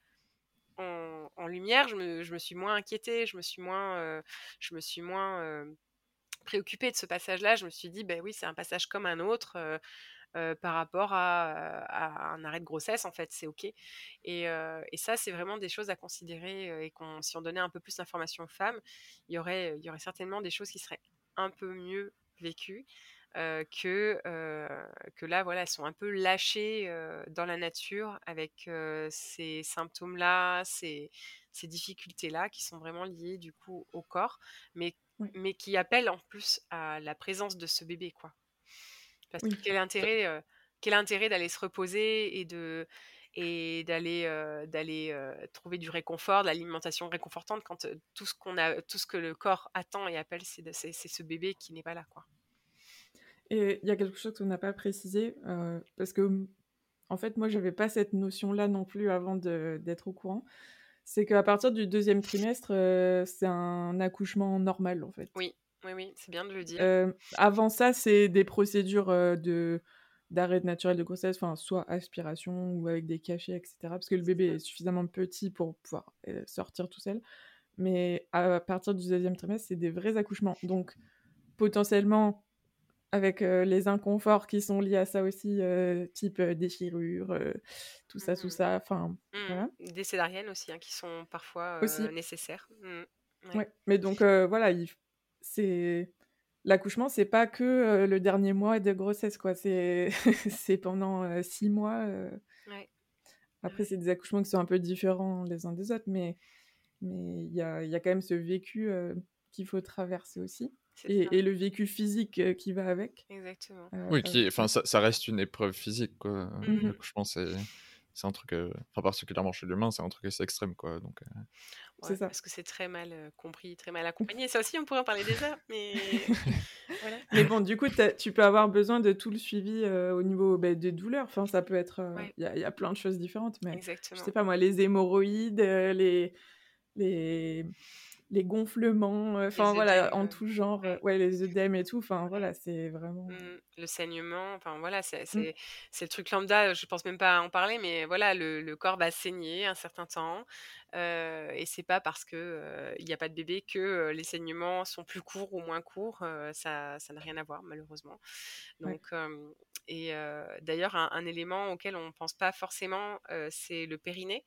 en, en lumière, je me, je me suis moins inquiétée, je me suis moins, euh, je me suis moins euh, préoccupée de ce passage-là. Je me suis dit, ben oui, c'est un passage comme un autre euh, euh, par rapport à, à un arrêt de grossesse, en fait, c'est OK. Et, euh, et ça, c'est vraiment des choses à considérer euh, et qu'on, si on donnait un peu plus d'informations aux femmes, il y aurait, il y aurait certainement des choses qui seraient un peu mieux vécues. Euh, que, euh, que là, voilà, elles sont un peu lâchées euh, dans la nature avec euh, ces symptômes-là, ces, ces difficultés-là qui sont vraiment liées du coup au corps, mais,
Oui.
mais qui appellent en plus à la présence de ce bébé, quoi. Parce que
Oui.
quel intérêt, euh, quel intérêt d'aller se reposer et de et d'aller euh, d'aller euh, trouver du réconfort, de l'alimentation réconfortante quand euh, tout ce qu'on a, tout ce que le corps attend et appelle, c'est, de- c'est, c'est ce bébé qui n'est pas là, quoi.
Et il y a quelque chose qu'on n'a pas précisé, euh, parce que, en fait, moi, j'avais pas cette notion-là non plus avant de, d'être au courant. C'est qu'à partir du deuxième trimestre, euh, c'est un accouchement normal, en fait.
Oui, oui, oui, c'est bien de le dire.
Euh, avant ça, c'est des procédures euh, de d'arrêt naturel de grossesse, enfin, soit aspiration ou avec des cachets, et cetera. Parce que le bébé est suffisamment petit pour pouvoir euh, sortir tout seul. Mais à partir du deuxième trimestre, c'est des vrais accouchements. Donc, potentiellement, avec euh, les inconforts qui sont liés à ça aussi, euh, type euh, déchirure, euh, tout ça, tout
Mhm.
ça, enfin,
Mhm.
voilà.
Des césariennes aussi, hein, qui sont parfois euh,
Aussi,
nécessaires. Mhm. Ouais.
ouais. Mais donc, euh, voilà, il... c'est... L'accouchement, c'est pas que euh, le dernier mois de grossesse, quoi. C'est, c'est pendant euh, six mois. euh.
Ouais.
Après, c'est des accouchements qui sont un peu différents les uns des autres, mais mais il y a, il y a quand même ce vécu euh, qu'il faut traverser aussi.
C'est ça,
Et, et le vécu physique euh, qui va avec.
exactement.
euh,
Oui,
euh,
qui, enfin,
ouais.
ça, ça reste une épreuve physique, quoi.
Mhm.
L'accouchement, c'est, c'est un truc, euh, enfin, particulièrement chez l'humain, c'est un truc assez extrême, quoi. Donc, euh,
C'est
Ouais,
ça.
parce que c'est très mal euh, compris, très mal accompagné. Ça aussi, on pourrait en parler des heures, mais voilà.
Mais bon, du coup, t'as- tu peux avoir besoin de tout le suivi euh, au niveau bah, des douleurs. Enfin, ça peut être... Il
Ouais,
y, a, y a plein de choses différentes, mais je
exactement.
sais pas moi, les hémorroïdes, euh, les, les, les gonflements, enfin
Les
voilà,
œdèmes,
en
ouais.
tout genre, euh,
Ouais.
ouais, les œdèmes et tout, enfin
Ouais.
voilà, c'est vraiment.
Mmh, le saignement, enfin voilà, c'est
Mm.
c'est c'est le truc lambda, je pense même pas à en parler, mais voilà, le le corps va saigner un certain temps, heu et c'est pas parce que, heu, il y a pas de bébé que, heu, les saignements sont plus courts ou moins courts, heu, ça ça n'a rien à voir malheureusement.
Ouais.
Donc hem et heu, d'ailleurs un un élément auquel on pense pas forcément, heu, c'est le périnée.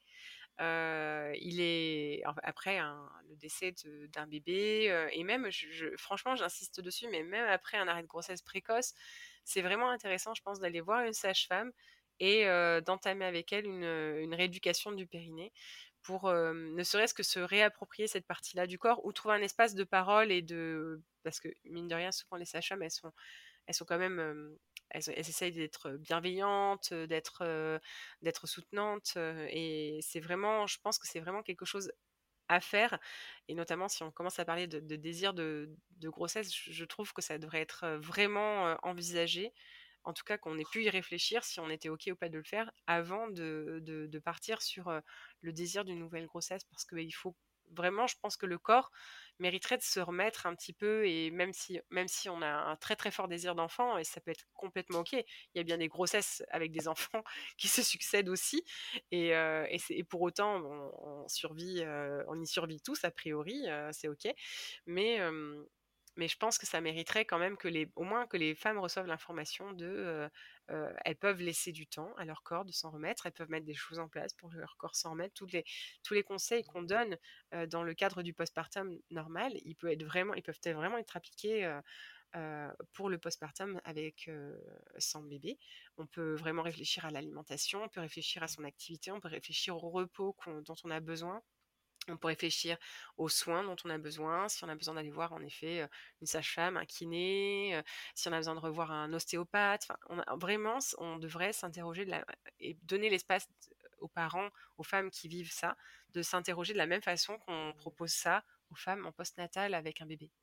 Heu, il est en après un le décès de d'un bébé, heu et même je je franchement j'insiste dessus, mais même après un arrêt de grossesse précoce, c'est vraiment intéressant je pense d'aller voir une sage-femme et heu, d'entamer avec elle une, heu, une rééducation du périnée pour, hem, ne serait-ce que se réapproprier cette partie-là du corps ou trouver un espace de parole et de parce que mine de rien souvent les sages-femmes elles sont elles sont quand même, hem, elles elles essayent d'être bienveillantes, heu, d'être, heu, d'être soutenantes, heu et c'est vraiment je pense que c'est vraiment quelque chose à faire et notamment si on commence à parler de de désir de de grossesse, je je trouve que ça devrait être, heu, vraiment, heu, envisagé. En tout cas, qu'on ait pu y réfléchir si on était OK ou pas de le faire avant de de de partir sur, heu, le désir d'une nouvelle grossesse parce qu'il faut vraiment je pense que le corps mériterait de se remettre un petit peu et même si même si on a un très, très fort désir d'enfant et ça peut être complètement OK. Il y a bien des grossesses avec des enfants qui se succèdent aussi et heu et c'est et pour autant on on survit, heu, on y survit tous a priori, heu, c'est OK. Mais hem, mais je pense que ça mériterait quand même que les au moins que les femmes reçoivent l'information de, heu heu, elles peuvent laisser du temps à leur corps de s'en remettre, elles peuvent mettre des choses en place pour que leur corps s'en remette. Toutes les tous les conseils qu'on donne, heu, dans le cadre du postpartum normal, ils peuvent être vraiment ils peuvent être vraiment être appliqués, heu heu, pour le postpartum avec, heu, sans bébé. On peut vraiment réfléchir à l'alimentation, on peut réfléchir à son activité, on peut réfléchir au repos qu'on dont on a besoin. On peut réfléchir aux soins dont on a besoin, si on a besoin d'aller voir en effet, heu, une sage-femme, un kiné, heu, si on a besoin de revoir un ostéopathe, enfin on a vraiment s on devrait s'interroger de la et donner l'espace d aux parents, aux femmes qui vivent ça, de s'interroger de la même façon qu'on propose ça aux femmes en postnatal avec un bébé.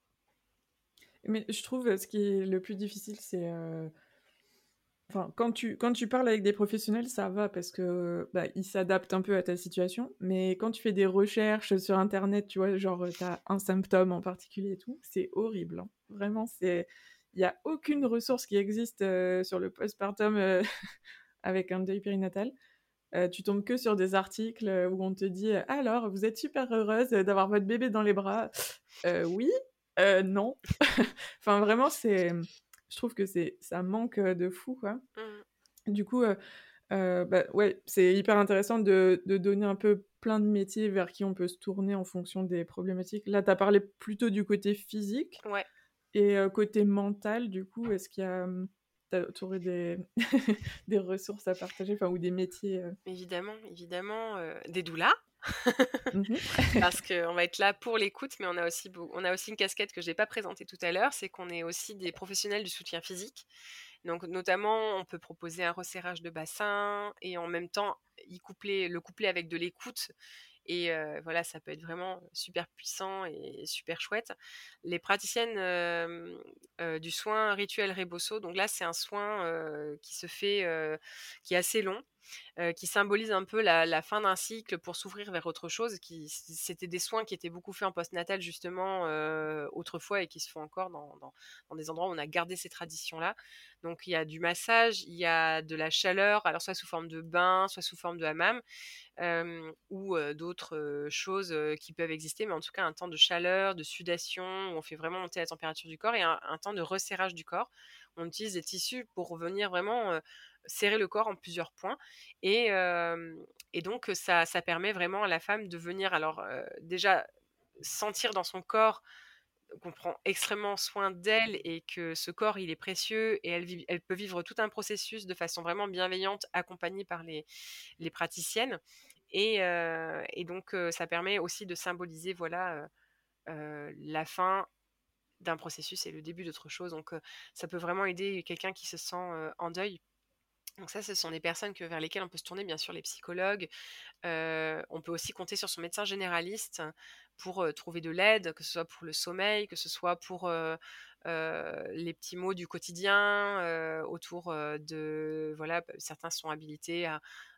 Mais je trouve, heu, ce qui est le plus difficile, c'est, heu, enfin, quand tu quand tu parles avec des professionnels, ça va parce que, bah, ils s'adaptent un peu à ta situation. Mais quand tu fais des recherches sur internet, tu vois, genre, heu, tu as un symptôme en particulier et tout, c'est horrible, hein. Vraiment, c'est il y a aucune ressource qui existe, heu, sur le postpartum, heu, avec un deuil périnatal. Heu, tu tombes que sur des articles, heu, où on te dit: «Alors, vous êtes super heureuse, d'avoir votre bébé dans les bras». Heu, oui, heu, non. Enfin, vraiment, c'est, mmh, je trouve que c'est ça manque, heu, de fou, quoi.
Mmh.
Du coup, heu heu, bah, ouais, c'est hyper intéressant de de donner un peu plein de métiers vers qui on peut se tourner en fonction des problématiques. Là, tu as parlé plutôt du côté physique
Ouais.
et heu, côté mental, du coup, est-ce qu'il y a, mmh, tu aurais des des ressources à partager, enfin ou des métiers, heu?
Évidemment, évidemment, heu, des doulas.
Mmh
Parce qu'on va être là pour l'écoute, mais on a aussi beau on a aussi une casquette que j'ai pas présentée tout à l'heure, c'est qu'on est aussi des professionnels du soutien physique. Donc notamment, on peut proposer un resserrage de bassin et en même temps y coupler le coupler avec de l'écoute et heu, voilà, ça peut être vraiment super puissant et super chouette. Les praticiennes, hem, heu, du soin rituel Rebosso, donc là, c'est un soin, heu, qui se fait, heu, qui est assez long, heu, qui symbolise un peu la la fin d'un cycle pour s'ouvrir vers autre chose. Qui c c'était des soins qui étaient beaucoup faits en postnatal justement, heu, autrefois et qui se font encore dans dans dans des endroits où on a gardé ces traditions-là. Donc il y a du massage, il y a de la chaleur, alors soit sous forme de bain, soit sous forme de hammam, hem, ou heu, d'autres, heu, choses, heu, qui peuvent exister. Mais en tout cas, un temps de chaleur, de sudation, où on fait vraiment monter la température du corps et un un temps de resserrage du corps. On utilise des tissus pour venir vraiment, heu, serrer le corps en plusieurs points et hem et donc ça ça permet vraiment à la femme de venir alors, heu, déjà sentir dans son corps qu'on prend extrêmement soin d'elle et que ce corps, il est précieux et elle vit elle peut vivre tout un processus de façon vraiment bienveillante, accompagnée par les les praticiennes et heu et donc heu, ça permet aussi de symboliser, voilà, heu heu, la fin d'un processus et le début d'autre chose. Donc heu, ça peut vraiment aider quelqu'un qui se sent, heu, en deuil. Donc ça, ce sont des personnes que vers lesquelles on peut se tourner, bien sûr, les psychologues. Heu, on peut aussi compter sur son médecin généraliste pour, heu, trouver de l'aide, que ce soit pour le sommeil, que ce soit pour, heu heu, les petits maux du quotidien, heu, autour, heu, de voilà, p certains sont habilités à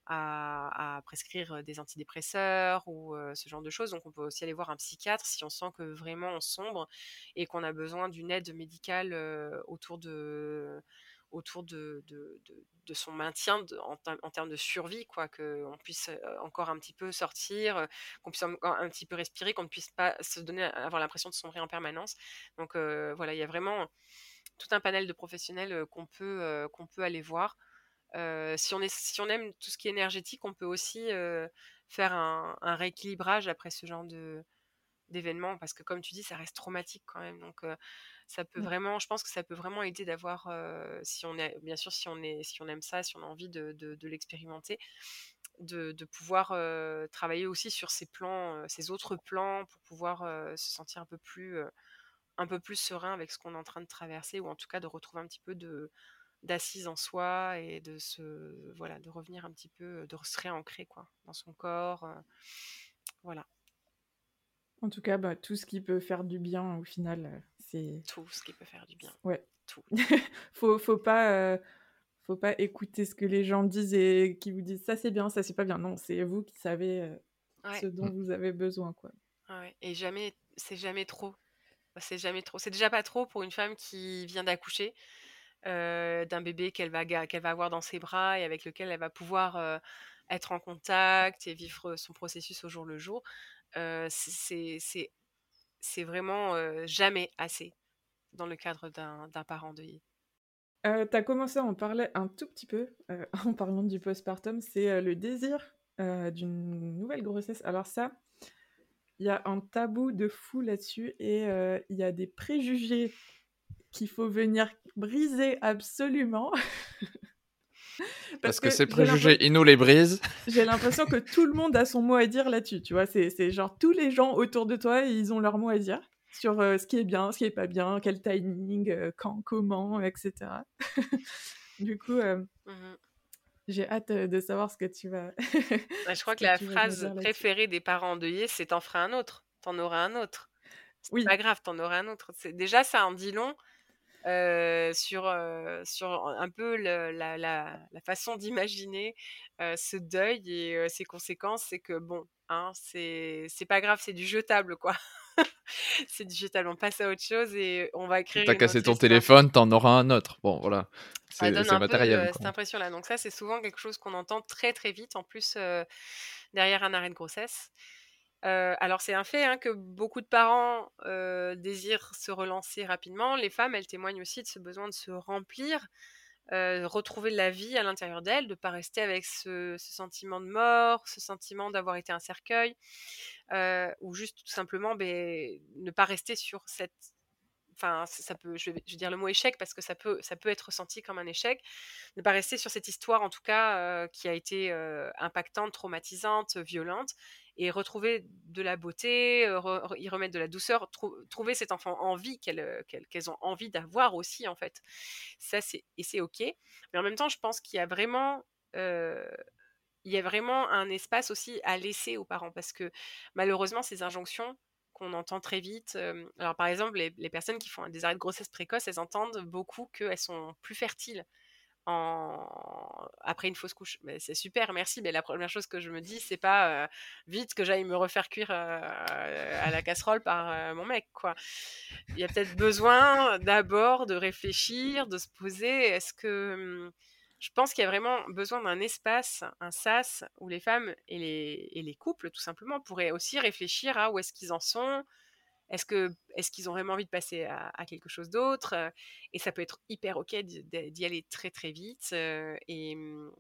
à, à prescrire des antidépresseurs ou euh, ce genre de choses. Donc on peut aussi aller voir un psychiatre si on sent que vraiment on sombre et qu'on a besoin d'une aide médicale euh, autour de autour de, de, de, de son maintien de, en, en termes de survie, quoi, qu'on puisse euh, encore un petit peu sortir, euh, qu'on puisse encore un petit peu respirer, qu'on ne puisse pas se donner, avoir l'impression de sombrer en permanence. Donc euh, voilà, il y a vraiment tout un panel de professionnels euh, qu'on peut, euh, qu'on peut aller voir. Euh, si, on est, si on aime tout ce qui est énergétique, on peut aussi euh, faire un, un rééquilibrage après ce genre de, d'événements, parce que comme tu dis, ça reste traumatique quand même. Donc euh, ça peut
Mm.
vraiment, je pense que ça peut vraiment aider d'avoir, euh, si on est, bien sûr, si on est, si on aime ça, si on a envie de, de, de l'expérimenter, de, de pouvoir euh, travailler aussi sur ces plans, euh, ces autres plans, pour pouvoir euh, se sentir un peu plus, euh, un peu plus serein avec ce qu'on est en train de traverser, ou en tout cas de retrouver un petit peu de d'assise en soi et de se, voilà, de revenir un petit peu, de se réancrer, quoi, dans son corps, euh, voilà,
En tout cas, bah, tout ce qui peut faire du bien, au final, euh, c'est...
tout ce qui peut faire du bien,
Ouais.
tout.
faut, faut pas... euh, Faut pas écouter ce que les gens disent et qui vous disent ça c'est bien, ça c'est pas bien. Non, c'est vous qui savez euh, ce
Ouais,
dont vous avez besoin, quoi.
ouais. Et jamais, c'est jamais trop. C'est jamais trop. C'est déjà pas trop pour une femme qui vient d'accoucher euh, d'un bébé qu'elle va, ga- qu'elle va avoir dans ses bras et avec lequel elle va pouvoir euh, être en contact et vivre son processus au jour le jour. Euh, c'est, c'est, c'est vraiment euh, jamais assez dans le cadre d'un, d'un parent endeuillé.
Euh, tu as commencé à en parler un tout petit peu euh, en parlant du postpartum, c'est euh, le désir euh, d'une nouvelle grossesse. Alors ça, il y a un tabou de fou là-dessus et euh, il y a des préjugés qu'il faut venir briser absolument.
Parce
Parce
que
que
ces
j'ai l'impression...
préjugés, ils nous les brisent.
J'ai l'impression que tout le monde a son mot à dire là-dessus, tu vois. C'est, c'est genre tous les gens autour de toi, ils ont leur mot à dire sur euh, ce qui est bien, ce qui est pas bien, quel timing, euh, quand, comment, et cetera. Du coup, euh,
Mhm.
j'ai hâte euh, de savoir ce que tu vas,
Ouais, je
ce
crois que
que
la
tu vas me
phrase
dire là-dessus.
préférée des parents endeuillés, c'est t'en feras un autre, t'en auras un autre. C'est
Oui,
pas grave, t'en auras un autre. C'est, déjà, ça en dit long euh, sur, euh, sur un peu le- la, la, la façon d'imaginer euh, ce deuil et euh, ses conséquences. C'est que bon, hein, c'est, c'est pas grave, c'est du jetable, quoi. C'est du jetable, on passe à autre chose et on va
Si
écrire
t'as
une
cassé
autre
ton
histoire.
téléphone, t'en auras un autre. Bon, voilà.
Ça
C'est
donne
c'est
un peu
matériel,
euh, cette
quoi.
impression-là. Donc ça, c'est souvent quelque chose qu'on entend très très vite, en plus euh, derrière un arrêt de grossesse. Euh, alors c'est un fait hein, que beaucoup de parents euh, désirent se relancer rapidement. Les femmes, elles témoignent aussi de ce besoin de se remplir, euh, retrouver de la vie à l'intérieur d'elles, de ne pas rester avec ce, ce sentiment de mort, ce sentiment d'avoir été un cercueil, euh, ou juste tout simplement ben, ne pas rester sur cette... Enfin, ça peut, je vais, je vais dire le mot échec parce que ça peut, ça peut être ressenti comme un échec. Ne pas rester sur cette histoire, en tout cas, euh, qui a été euh, impactante, traumatisante, violente, et retrouver de la beauté, euh, re- y remettre de la douceur, trou- trouver cet enfant en vie qu'elles, qu'elles, qu'elles ont envie d'avoir aussi, en fait. Ça, c'est, et c'est OK. Mais en même temps, je pense qu'il y a vraiment... euh, il y a vraiment un espace aussi à laisser aux parents parce que malheureusement, ces injonctions qu'on entend très vite. euh, alors, par exemple, les, les personnes qui font des arrêts de grossesse précoces, elles entendent beaucoup qu'elles sont plus fertiles en... après une fausse couche. Mais c'est super, merci. Mais la première chose que je me dis, c'est pas euh, vite que j'aille me refaire cuire euh, à la casserole par euh, mon mec, quoi. Il y a peut-être besoin d'abord de réfléchir, de se poser. Est-ce que hum, je pense qu'il y a vraiment besoin d'un espace, un sas, où les femmes et les, et les couples, tout simplement, pourraient aussi réfléchir à où est-ce qu'ils en sont, est-ce que, est-ce qu'ils ont vraiment envie de passer à, à quelque chose d'autre euh, Et ça peut être hyper OK d'y, d'y aller très très vite. euh, et,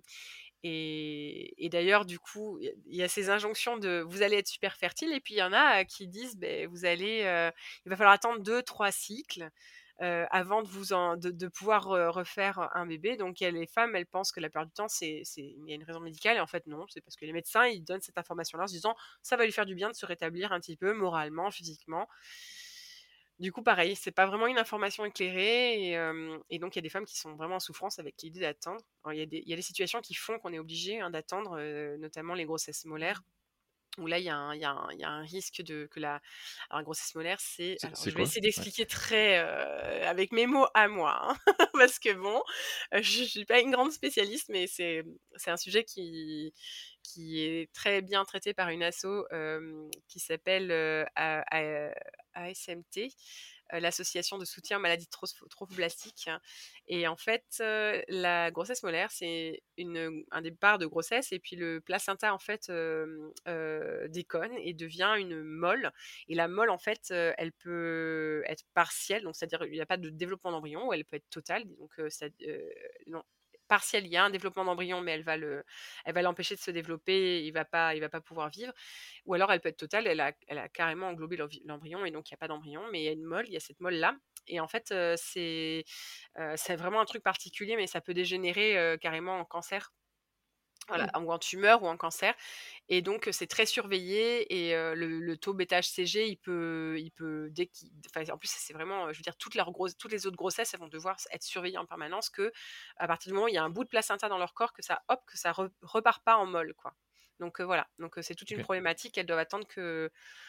et, et d'ailleurs, du coup, il y a ces injonctions de vous allez être super fertile, et puis il y en a euh, qui disent ben, vous allez, euh, il va falloir attendre deux, trois cycles. euh, avant de, vous en, de, de pouvoir euh, refaire un bébé. Donc, il y a les femmes, elles pensent que la plupart du temps, c'est, c'est, il y a une raison médicale. Et en fait, non, c'est parce que les médecins, ils donnent cette information-là en se disant ça va lui faire du bien de se rétablir un petit peu moralement, physiquement. Du coup, pareil, c'est pas vraiment une information éclairée. Et, euh, et donc, il y a des femmes qui sont vraiment en souffrance avec l'idée d'attendre. Alors, il y a des, il y a des situations qui font qu'on est obligé hein, d'attendre, euh, notamment les grossesses molaires. où là, il y a un il y a un il y a un risque de que la alors, la grossesse molaire, c'est
C'est
alors
c'est
je vais
quoi?
essayer
Ouais.
d'expliquer très, heu, avec mes mots à moi, hein, parce que bon, heu, je je suis pas une grande spécialiste, mais c'est, mmh, c'est un sujet qui qui est très bien traité par une asso, hem, qui s'appelle, heu, A A A S M T, heu, l'association de soutien aux maladies trospho trophoblastiques et en fait, heu, la grossesse molaire, c'est une, un départ de grossesse et puis le placenta, en fait, hem, heu, déconne et devient une mole et la mole, en fait, heu, elle peut être partielle, donc c'est-à-dire il y a pas de développement d'embryon ou elle peut être totale, donc heu, ça heu, non, partielle, il y a un développement d'embryon, mais elle va le elle va l'empêcher de se développer, il va pas il va pas pouvoir vivre ou alors elle peut être totale, elle a elle a carrément englobé l'envi l'embryon et donc il y a pas d'embryon, mais il y a une mole, il y a cette molle-là et en fait, heu, c'est, heu, c'est vraiment un truc particulier, mais ça peut dégénérer, heu, carrément en cancer. Voilà,
OK.
ou en tumeur ou en cancer et donc heu, c'est très surveillé et heu, le le taux bêta-H C G, il peut il peut dès qu'il enfin, en plus, c'est vraiment, heu, je veux dire toutes leurs grosses toutes les autres grossesses, elles vont devoir s être surveillées en permanence que à partir du moment où il y a un bout de placenta dans leur corps, que ça hop, que ça re repart pas en mole, quoi. Donc heu, voilà, donc heu, c'est toute une
OK.
problématique. Elles doivent attendre que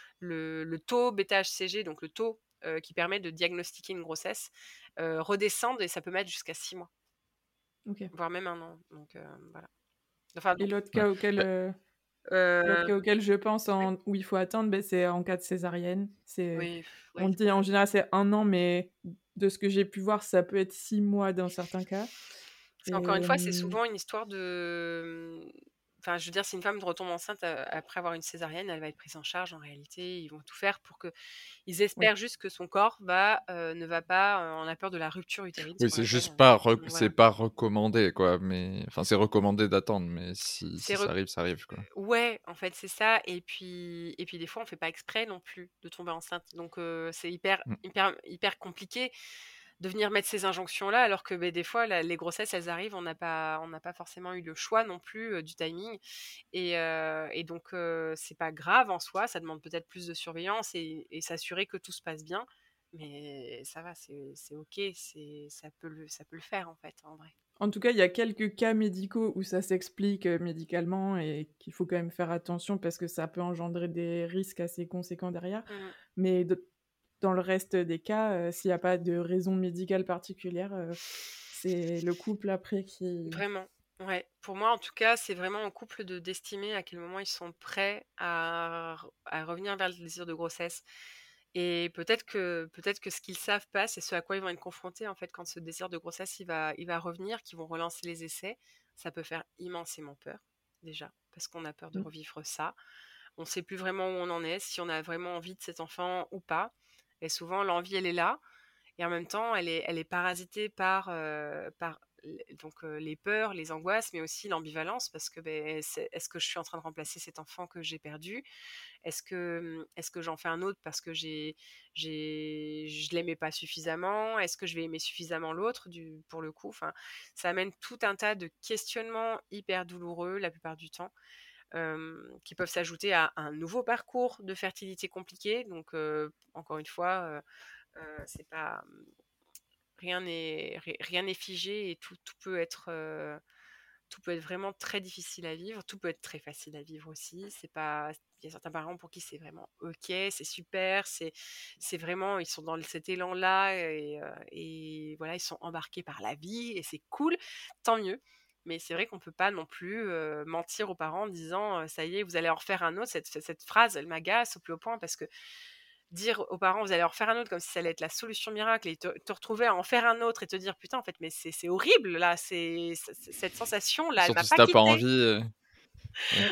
le le taux bêta-H C G, donc le taux, heu, qui permet de diagnostiquer une grossesse, heu, redescende et ça peut mettre jusqu'à six mois,
OK.
voire même un an, donc heu, voilà. Enfin
Et
donc
l'autre
Ouais.
cas auquel,
Bah,
heu, l'autre
heu,
cas auquel je pense
oui,
en où il faut attendre, beh, c'est en cas de césarienne. C'est
oui,
on
ouais,
dit en général c'est un an, mais de ce que j'ai pu voir, ça peut être six mois dans certains cas
parce qu'encore une
et
fois, c'est
hem,
souvent une histoire de, mmh, enfin, je veux dire, si une femme retombe enceinte, heu, après avoir une césarienne, elle va être prise en charge en réalité. Ils vont tout faire pour que ils
oui.
espèrent juste que son corps va, heu, ne va pas, heu, on a peur de la rupture utérine, ce
oui,
qu'on
c'est
appelle,
juste pas rec
heu,
c'est
voilà.
pas recommandé, quoi, mais enfin, c'est recommandé d'attendre, mais si
C'est
si
re
ça arrive, ça arrive, quoi.
Ouais, en fait, c'est ça et puis et puis des fois, on fait pas exprès non plus de tomber enceinte donc heu, c'est hyper
Mmh.
hyper hyper compliqué de venir mettre ces injonctions-là alors que, beh, des fois, la les grossesses, elles arrivent, on n'a pas on n'a pas forcément eu le choix non plus, heu, du timing et heu et donc heu, c'est pas grave en soi, ça demande peut-être plus de surveillance et et s'assurer que tout se passe bien, mais ça va, c'est c'est OK, c'est ça peut le ça peut le faire, en fait, en vrai.
En tout cas, il y a quelques cas médicaux où ça s'explique, heu, médicalement et qu'il faut quand même faire attention parce que ça peut engendrer des risques assez conséquents derrière.
Mmh.
Mais de dans le reste des cas, heu, s'il y a pas de raison médicale particulière, heu, c'est le couple après qui
Vraiment, ouais. Pour moi, en tout cas, c'est vraiment au couple de d'estimer à quel moment ils sont prêts à re à revenir vers le désir de grossesse et peut-être que peut-être que ce qu'ils savent pas, c'est ce à quoi ils vont être confrontés, en fait, quand ce désir de grossesse, il va il va revenir, qu'ils vont relancer les essais. Ça peut faire immensément peur, déjà, parce qu'on a peur de
mmh,
revivre ça. On sait plus vraiment où on en est, si on a vraiment envie de cet enfant ou pas et souvent l'envie, elle est là et en même temps, elle est elle est parasitée par, heu, par l donc heu, les peurs, les angoisses, mais aussi l'ambivalence parce que, beh, c'est est-ce que je suis en train de remplacer cet enfant que j'ai perdu? Est-ce que, mmh, est-ce que j'en fais un autre parce que j'ai j'ai je l'aimais pas suffisamment? Est-ce que je vais aimer suffisamment l'autre du pour le coup? Enfin, ça amène tout un tas de questionnements hyper douloureux la plupart du temps, hem, qui peuvent s'ajouter à un nouveau parcours de fertilité compliqué donc heu, encore une fois, heu heu, c'est pas, mmh rien n'est ri rien n'est figé et tout tout peut être, heu, tout peut être vraiment très difficile à vivre. Tout peut être très facile à vivre aussi. C'est pas il y a certains parents pour qui c'est vraiment OK, c'est super, c'est c'est vraiment ils sont dans cet élan-là et heu et voilà, ils sont embarqués par la vie et c'est cool, tant mieux. Mais c'est vrai qu'on peut pas non plus, heu, mentir aux parents en disant, heu: «Ça y est, vous allez en refaire un autre». Cette cette phrase, elle m'agace au plus haut point parce que dire aux parents: «Vous allez en refaire un autre», comme si ça allait être la solution miracle et te te retrouver à en faire un autre et te dire: «Putain, en fait, mais c'est c'est horrible là, c'est c c cette sensation-là, elle m'a
Surtout si
pas
tu pas
quittée».
envie, heu, ouais.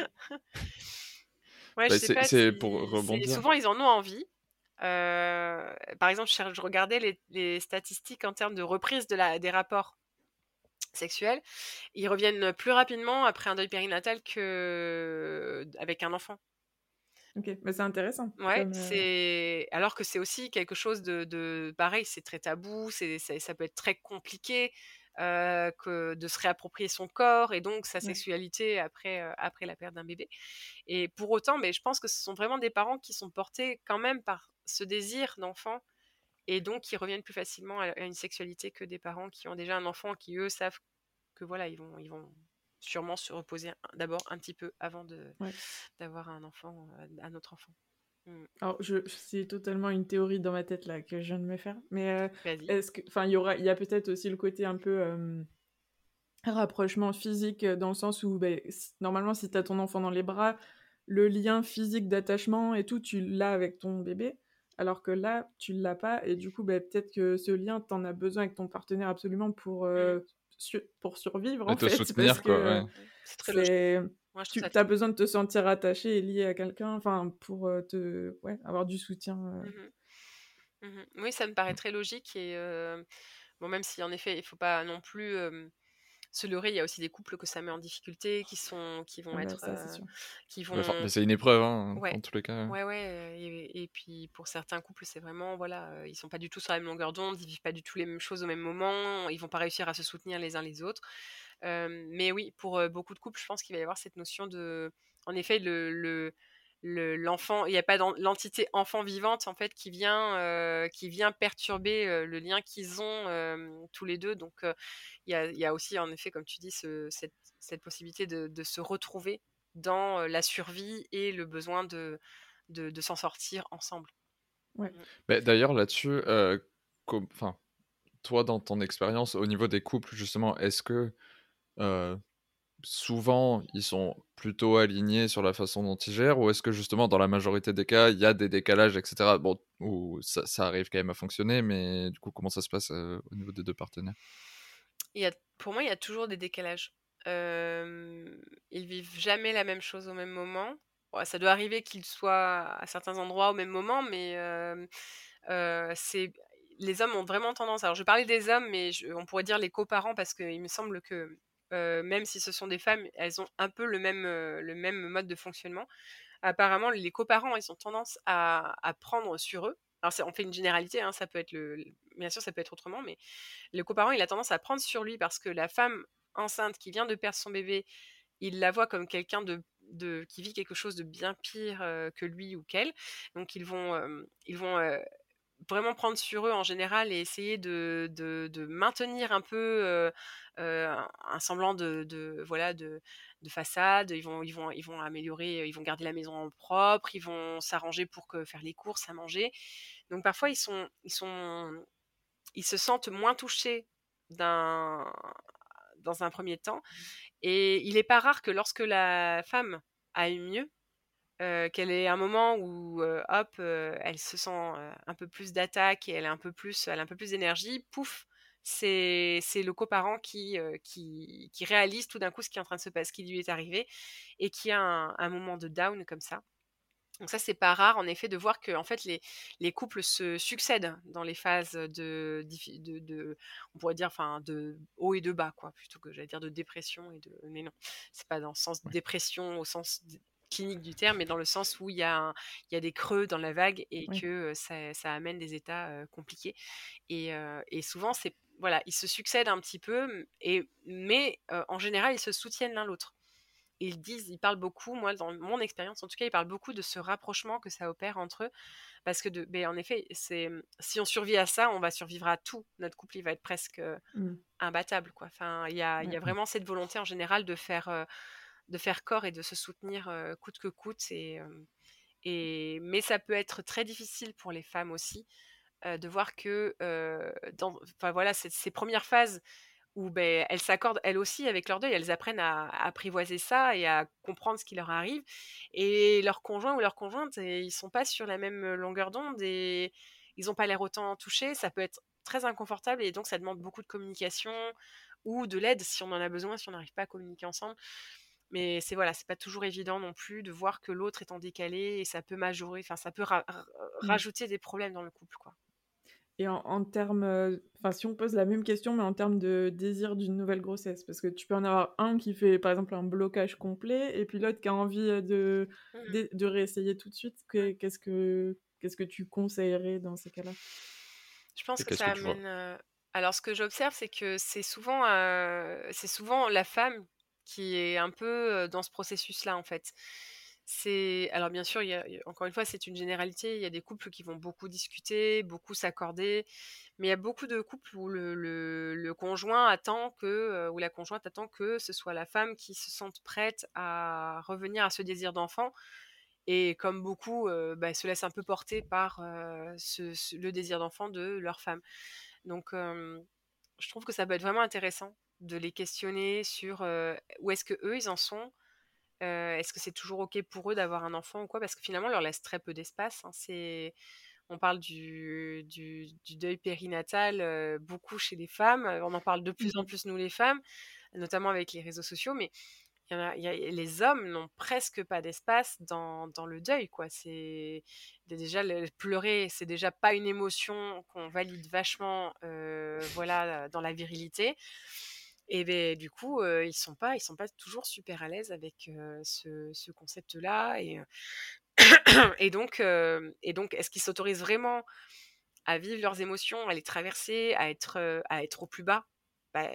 Ouais, je
Bah,
sais
c'est
pas
c'est pour
si c'est
rebondir.
souvent ils en ont envie. Heu, par exemple, je cher je regardais les les statistiques en termes de reprise de la des rapports sexuels. Ils reviennent plus rapidement après un deuil périnatal que avec un enfant.
OK, bah, c'est intéressant
Ouais,
comme, heu
c'est alors que c'est aussi quelque chose de de pareil, c'est très tabou, c'est c'est ça peut être très compliqué, heu, que de se réapproprier son corps et donc sa
ouais.
sexualité après, heu, après la perte d'un bébé et pour autant, mais je pense que ce sont vraiment des parents qui sont portés quand même par ce désir d'enfant et donc qui reviennent plus facilement à à une sexualité que des parents qui ont déjà un enfant, qui eux savent que voilà, ils vont ils vont sûrement se reposer un- d'abord un petit peu avant de
Ouais.
d'avoir un enfant, euh, un autre enfant. Mm.
Alors, je, c'est totalement une théorie dans ma tête là que je viens de me faire. Mais euh,
Vas-y.
est-ce que, enfin, il y aura, il y a peut-être aussi le côté un peu euh, rapprochement physique euh, dans le sens où, ben, si- normalement, si tu as ton enfant dans les bras, le lien physique d'attachement et tout, tu l'as avec ton bébé, alors que là, tu l'as pas. Et du coup, ben, peut-être que ce lien, tu en as besoin avec ton partenaire absolument pour, euh,
Mm.
su- pour survivre,
Et
en
te
fait, parce
soutenir,
que
quoi,
euh,
ouais.
Mm. C'est très logique.
c'est...
Moi, je trouve
Tu
ça
as
très
besoin de te sentir attaché et lié à quelqu'un, enfin, pour euh, te... ouais, avoir du soutien. euh.
Mhm. Mhm. Oui, ça me paraît très logique et euh, bon, même si en effet, il faut pas non plus euh, se leurrer, il y a aussi des couples que ça met en difficulté, qui sont, qui
Ah
vont
bah,
être,
ça, c'est
euh,
sûr.
qui
Ouais, enfin, mais
vont,
c'est une épreuve, hein,
ouais,
dans tous les cas.
ouais, ouais, euh, et, et puis pour certains couples, c'est vraiment, voilà, euh, ils sont pas du tout sur la même longueur d'onde, ils vivent pas du tout les mêmes choses au même moment, ils vont pas réussir à se soutenir les uns les autres. Euh, mais oui, pour euh, beaucoup de couples, je pense qu'il va y avoir cette notion de, en effet, le, le le- l'enfant, il n'y a pas d'en- l'entité enfant vivante en fait qui vient, euh, qui vient perturber euh, le lien qu'ils ont euh, tous les deux. Donc euh, il y a, il y a aussi en effet, comme tu dis, ce- cette, cette possibilité de, de se retrouver dans euh, la survie et le besoin de, de, de s'en sortir ensemble.
Ouais.
Mhm.
Mais d'ailleurs, là-dessus, euh, com- enfin, toi, dans ton expérience, au niveau des couples, justement, est-ce que euh, souvent, ils sont plutôt alignés sur la façon dont ils gèrent, ou est-ce que justement, dans la majorité des cas, il y a des décalages, et cetera. Bon, ou ça, ça arrive quand même à fonctionner, mais du coup, comment ça se passe euh, au niveau des deux partenaires?
Il y a, pour moi, il y a toujours des décalages. Euh, ils vivent jamais la même chose au même moment. Bon, ça doit arriver qu'ils soient à certains endroits au même moment, mais euh, euh, c'est les hommes ont vraiment tendance. Alors, je parlais des hommes, mais je- on pourrait dire les coparents parce qu'il me semble que euh, même si ce sont des femmes, elles ont un peu le même euh, le même mode de fonctionnement. Apparemment, les coparents, ils ont tendance à, à prendre sur eux. Alors, c'est- on fait une généralité, hein, ça peut être le, le- bien sûr, ça peut être autrement, mais le coparent, il a tendance à prendre sur lui parce que la femme enceinte qui vient de perdre son bébé, il la voit comme quelqu'un de, de qui vit quelque chose de bien pire euh, que lui ou qu'elle. Donc ils vont, euh, ils vont euh, vraiment prendre sur eux en général et essayer de, de, de maintenir un peu euh, euh, un semblant de, de voilà de, de façade. Ils vont, ils vont, ils vont améliorer, ils vont garder la maison propre, ils vont s'arranger pour que faire les courses, à manger. Donc parfois ils sont, ils sont ils se sentent moins touchés d'un, dans un premier temps. Et il n'est pas rare que lorsque la femme aille mieux, euh, qu'elle ait un moment où, euh, hop, euh, elle se sent euh, un peu plus d'attaque et elle a un peu plus, elle a un peu plus d'énergie, pouf, c'est, c'est le coparent qui, euh, qui, qui réalise tout d'un coup ce qui est en train de se passer, ce qui lui est arrivé, et qui a un, un moment de down comme ça. Donc ça, c'est pas rare, en effet, de voir que en fait, les, les couples se succèdent dans les phases de, diffi- de, de- on pourrait dire, enfin, de haut et de bas, quoi, plutôt que j'allais dire de dépression et de, mais non, c'est pas dans le sens
Ouais.
dépression au sens d- clinique du terme, mais dans le sens où il y a, un- il y a des creux dans la vague et
Oui.
que euh, ça, ça amène des états euh, compliqués. Et, euh, et souvent, c'est voilà, ils se succèdent un petit peu, et, mais euh, en général, ils se soutiennent l'un l'autre. Ils disent, ils parlent beaucoup, moi dans mon expérience en tout cas, ils parlent beaucoup de ce rapprochement que ça opère entre eux, parce que de, ben, en effet, c'est si on survit à ça, on va survivre à tout. Notre couple, il va être presque euh,
Mm.
imbattable, quoi. Enfin, il y a, il y
Ouais.
a vraiment cette volonté en général de faire, euh, de faire corps et de se soutenir euh, coûte que coûte. Et, euh, et mais ça peut être très difficile pour les femmes aussi euh, de voir que euh, dans, enfin voilà, ces, ces premières phases où ben, elles s'accordent elles aussi avec leur deuil, elles apprennent à, à apprivoiser ça et à comprendre ce qui leur arrive. Et leur conjoint ou leur conjointe, et ils sont pas sur la même longueur d'onde et ils n'ont pas l'air autant touchés. Ça peut être très inconfortable et donc ça demande beaucoup de communication ou de l'aide si on en a besoin, si on n'arrive pas à communiquer ensemble. Mais c'est voilà, c'est pas toujours évident non plus de voir que l'autre est en décalé et ça peut majorer, enfin ça peut ra- ra-
Mm.
rajouter des problèmes dans le couple, quoi.
Et en, en termes, euh, enfin, si on pose la même question, mais en termes de désir d'une nouvelle grossesse, parce que tu peux en avoir un qui fait, par exemple, un blocage complet, et puis l'autre qui a envie euh, de,
Mhm.
de, de réessayer tout de suite. Que- Qu'est-ce que, qu'est-ce que tu conseillerais dans ces cas-là?
Je pense
Et
que
qu'est-ce
ça
que tu vois?
amène. euh, Alors, ce que j'observe, c'est que c'est souvent, euh, c'est souvent la femme qui est un peu euh, dans ce processus-là, en fait. C'est alors bien sûr, il y a il y a encore une fois, c'est une généralité. Il y a des couples qui vont beaucoup discuter, beaucoup s'accorder, mais il y a beaucoup de couples où le le le conjoint attend que, heu, ou la conjointe attend que ce soit la femme qui se sente prête à revenir à ce désir d'enfant et comme beaucoup, heu, bah, se laissent un peu porter par, heu, ce ce le désir d'enfant de leur femme. Donc hem, je trouve que ça peut être vraiment intéressant de les questionner sur, heu, où est-ce qu'eux, ils en sont. Heu, est-ce que c'est toujours OK pour eux d'avoir un enfant ou quoi? Parce que finalement, on leur laisse très peu d'espace, hein. C'est on parle du du du deuil périnatal, heu, beaucoup chez les femmes, heu, on en parle de plus en
Mmh.
plus nous les femmes, notamment avec les réseaux sociaux, mais il y en a il y a les hommes n'ont presque pas d'espace dans dans le deuil, quoi. C'est dé déjà le pleurer, c'est déjà pas une émotion qu'on valide vachement, heu, voilà, dans la virilité et beh, du coup, heu, ils sont pas ils sont pas toujours super à l'aise avec, heu, ce ce concept-là et heu et donc hem et donc est-ce qu'ils s'autorisent vraiment à vivre leurs émotions, à les traverser, à être, heu, à être au plus bas? Bah,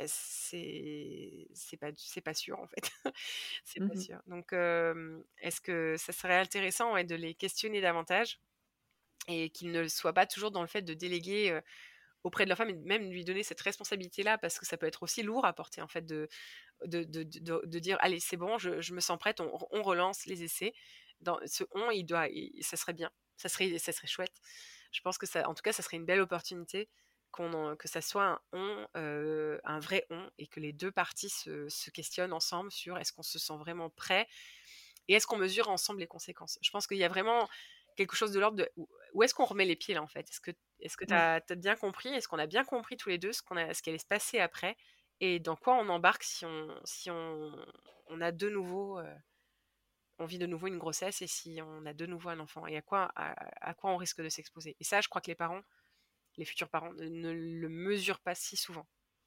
c'est c'est pas c'est pas sûr, en fait. C'est pas
Mmh.
sûr. Donc hem, est-ce que ça serait intéressant, ouais, de les questionner davantage et qu'ils ne soient pas toujours dans le fait de déléguer, heu, auprès de leur femme et même lui donner cette responsabilité-là parce que ça peut être aussi lourd à porter, en fait, de de de de de dire: «Allez, c'est bon, je je me sens prête, on on relance les essais». Dans ce «on», il doit il ça serait bien, ça serait ça serait chouette. Je pense que ça en tout cas, ça serait une belle opportunité qu'on en que ça soit un «on», heu, un vrai «on» et que les deux parties se se questionnent ensemble sur est-ce qu'on se sent vraiment prêt et est-ce qu'on mesure ensemble les conséquences? Je pense qu'il y a vraiment quelque chose de l'ordre de où où est-ce qu'on remet les pieds là, en fait? Est-ce que est-ce que tu
Ouais.
as bien compris? Est-ce qu'on a bien compris tous les deux ce qu'on a ce qui allait se passer après? Et dans quoi on embarque si on si on on a de nouveau, heu, on vit de nouveau une grossesse et si on a de nouveau un enfant? Et à quoi à à quoi on risque de s'exposer? Et ça, je crois que les parents, les futurs parents ne ne le mesurent pas si souvent.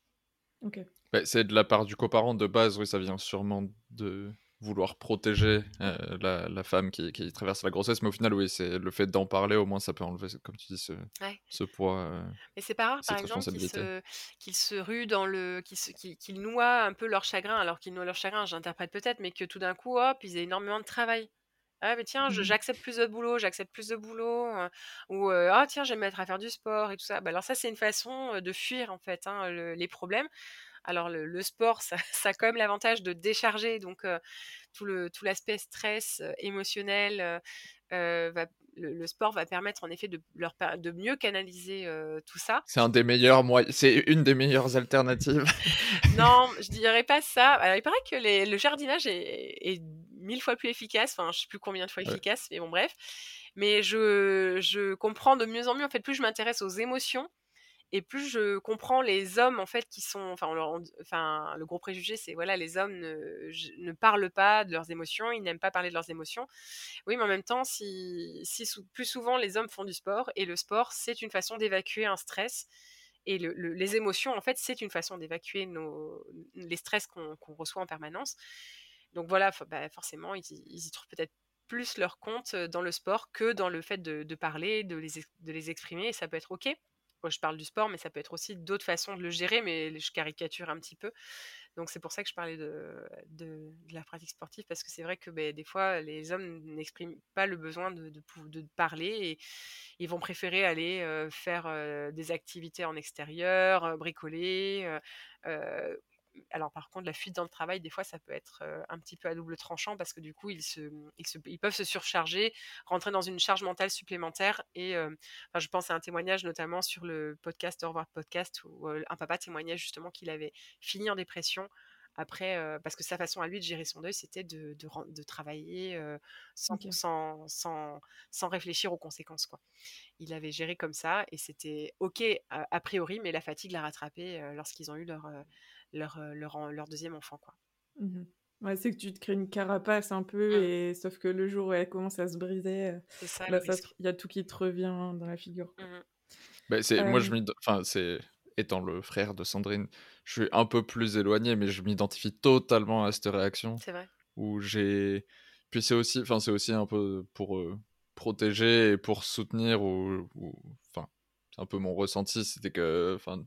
OK.
Bah, c'est de la part du coparent de base, oui, ça vient sûrement de vouloir protéger euh, la, la femme qui, qui traverse la grossesse, mais au final, oui, c'est le fait d'en parler, au moins ça peut enlever, comme tu dis, ce,
Ouais.
ce poids, euh,
Mais c'est pas rare, par
cette
exemple, qu'ils
responsabilité.
se qu'ils se ruent dans le qu'ils se qu'ils qu'ils noient un peu leur chagrin, alors qu'ils noient leur chagrin, j'interprète peut-être, mais que tout d'un coup, hop, ils aient énormément de travail. «Ah mais tiens, je
Mmh.
j'accepte plus de boulot, j'accepte plus de boulot», heu, ou heu: «Ah tiens, je vais me mettre à faire du sport et tout ça». Bah, alors ça, c'est une façon, heu, de fuir en fait, hein, le les problèmes. Alors le le sport, ça ça a quand même l'avantage de décharger donc heu, tout le tout l'aspect stress, heu, émotionnel, heu heu, va le le sport va permettre en effet de leur per de mieux canaliser, heu, tout ça.
C'est un des meilleurs moyens, c'est une des meilleures alternatives.
Non, je dirais pas ça. Alors il paraît que les le jardinage est est mille fois plus efficace, enfin je sais plus combien de fois
Ouais.
efficace, mais bon bref. Mais je je comprends de mieux en mieux, en fait, plus je m'intéresse aux émotions et plus je comprends les hommes en fait qui sont enfin on leur on enfin le gros préjugé c'est voilà les hommes ne j ne parlent pas de leurs émotions, ils n'aiment pas parler de leurs émotions. Oui, mais en même temps si si sou plus souvent les hommes font du sport et le sport c'est une façon d'évacuer un stress et le le les émotions en fait c'est une façon d'évacuer nos les stress qu'on qu'on reçoit en permanence. Donc voilà, f bah, forcément ils y ils y trouvent peut-être plus leur compte, heu, dans le sport que dans le fait de de parler, de les ex de les exprimer et ça peut être OK. Moi, je parle du sport, mais ça peut être aussi d'autres façons de le gérer, mais je caricature un petit peu. Donc c'est pour ça que je parlais de de de la pratique sportive parce que c'est vrai que, beh, des fois, les hommes n'expriment pas le besoin de de pou de parler et ils vont préférer aller, heu, faire, heu, des activités en extérieur, heu, bricoler, heu heu, alors par contre la fuite dans le travail, des fois, ça peut être, heu, un petit peu à double tranchant parce que du coup, ils se ils se ils peuvent se surcharger, rentrer dans une charge mentale supplémentaire et heu, enfin, je pense à un témoignage notamment sur le podcast Au revoir podcast où, heu, un papa témoignait justement qu'il avait fini en dépression après, heu, parce que sa façon à lui de gérer son deuil, c'était de de ren de travailler, heu, sans
OK.
sans sans sans réfléchir aux conséquences, quoi. Il avait géré comme ça et c'était OK a a priori, mais la fatigue l'a rattrapé, heu, lorsqu'ils ont eu leur, heu, leur, heu, leur en leur deuxième enfant, quoi.
Mmh. Ouais, c'est que tu te crées une carapace un peu
Mmh.
et sauf que le jour où elle commence à se briser, heu,
C'est ça le
là, ça te
risque.
il y a tout qui te revient dans la figure, quoi.
Mmh.
Bah, c'est, moi, je
Hem,
m'id- enfin, c'est, étant le frère de Sandrine, je suis un peu plus éloigné, mais je m'identifie totalement à cette réaction
C'est vrai.
où j'ai. Puis c'est aussi, enfin, c'est aussi un peu pour euh, protéger et pour soutenir, ou, ou- enfin, c'est un peu mon ressenti, c'était que, enfin,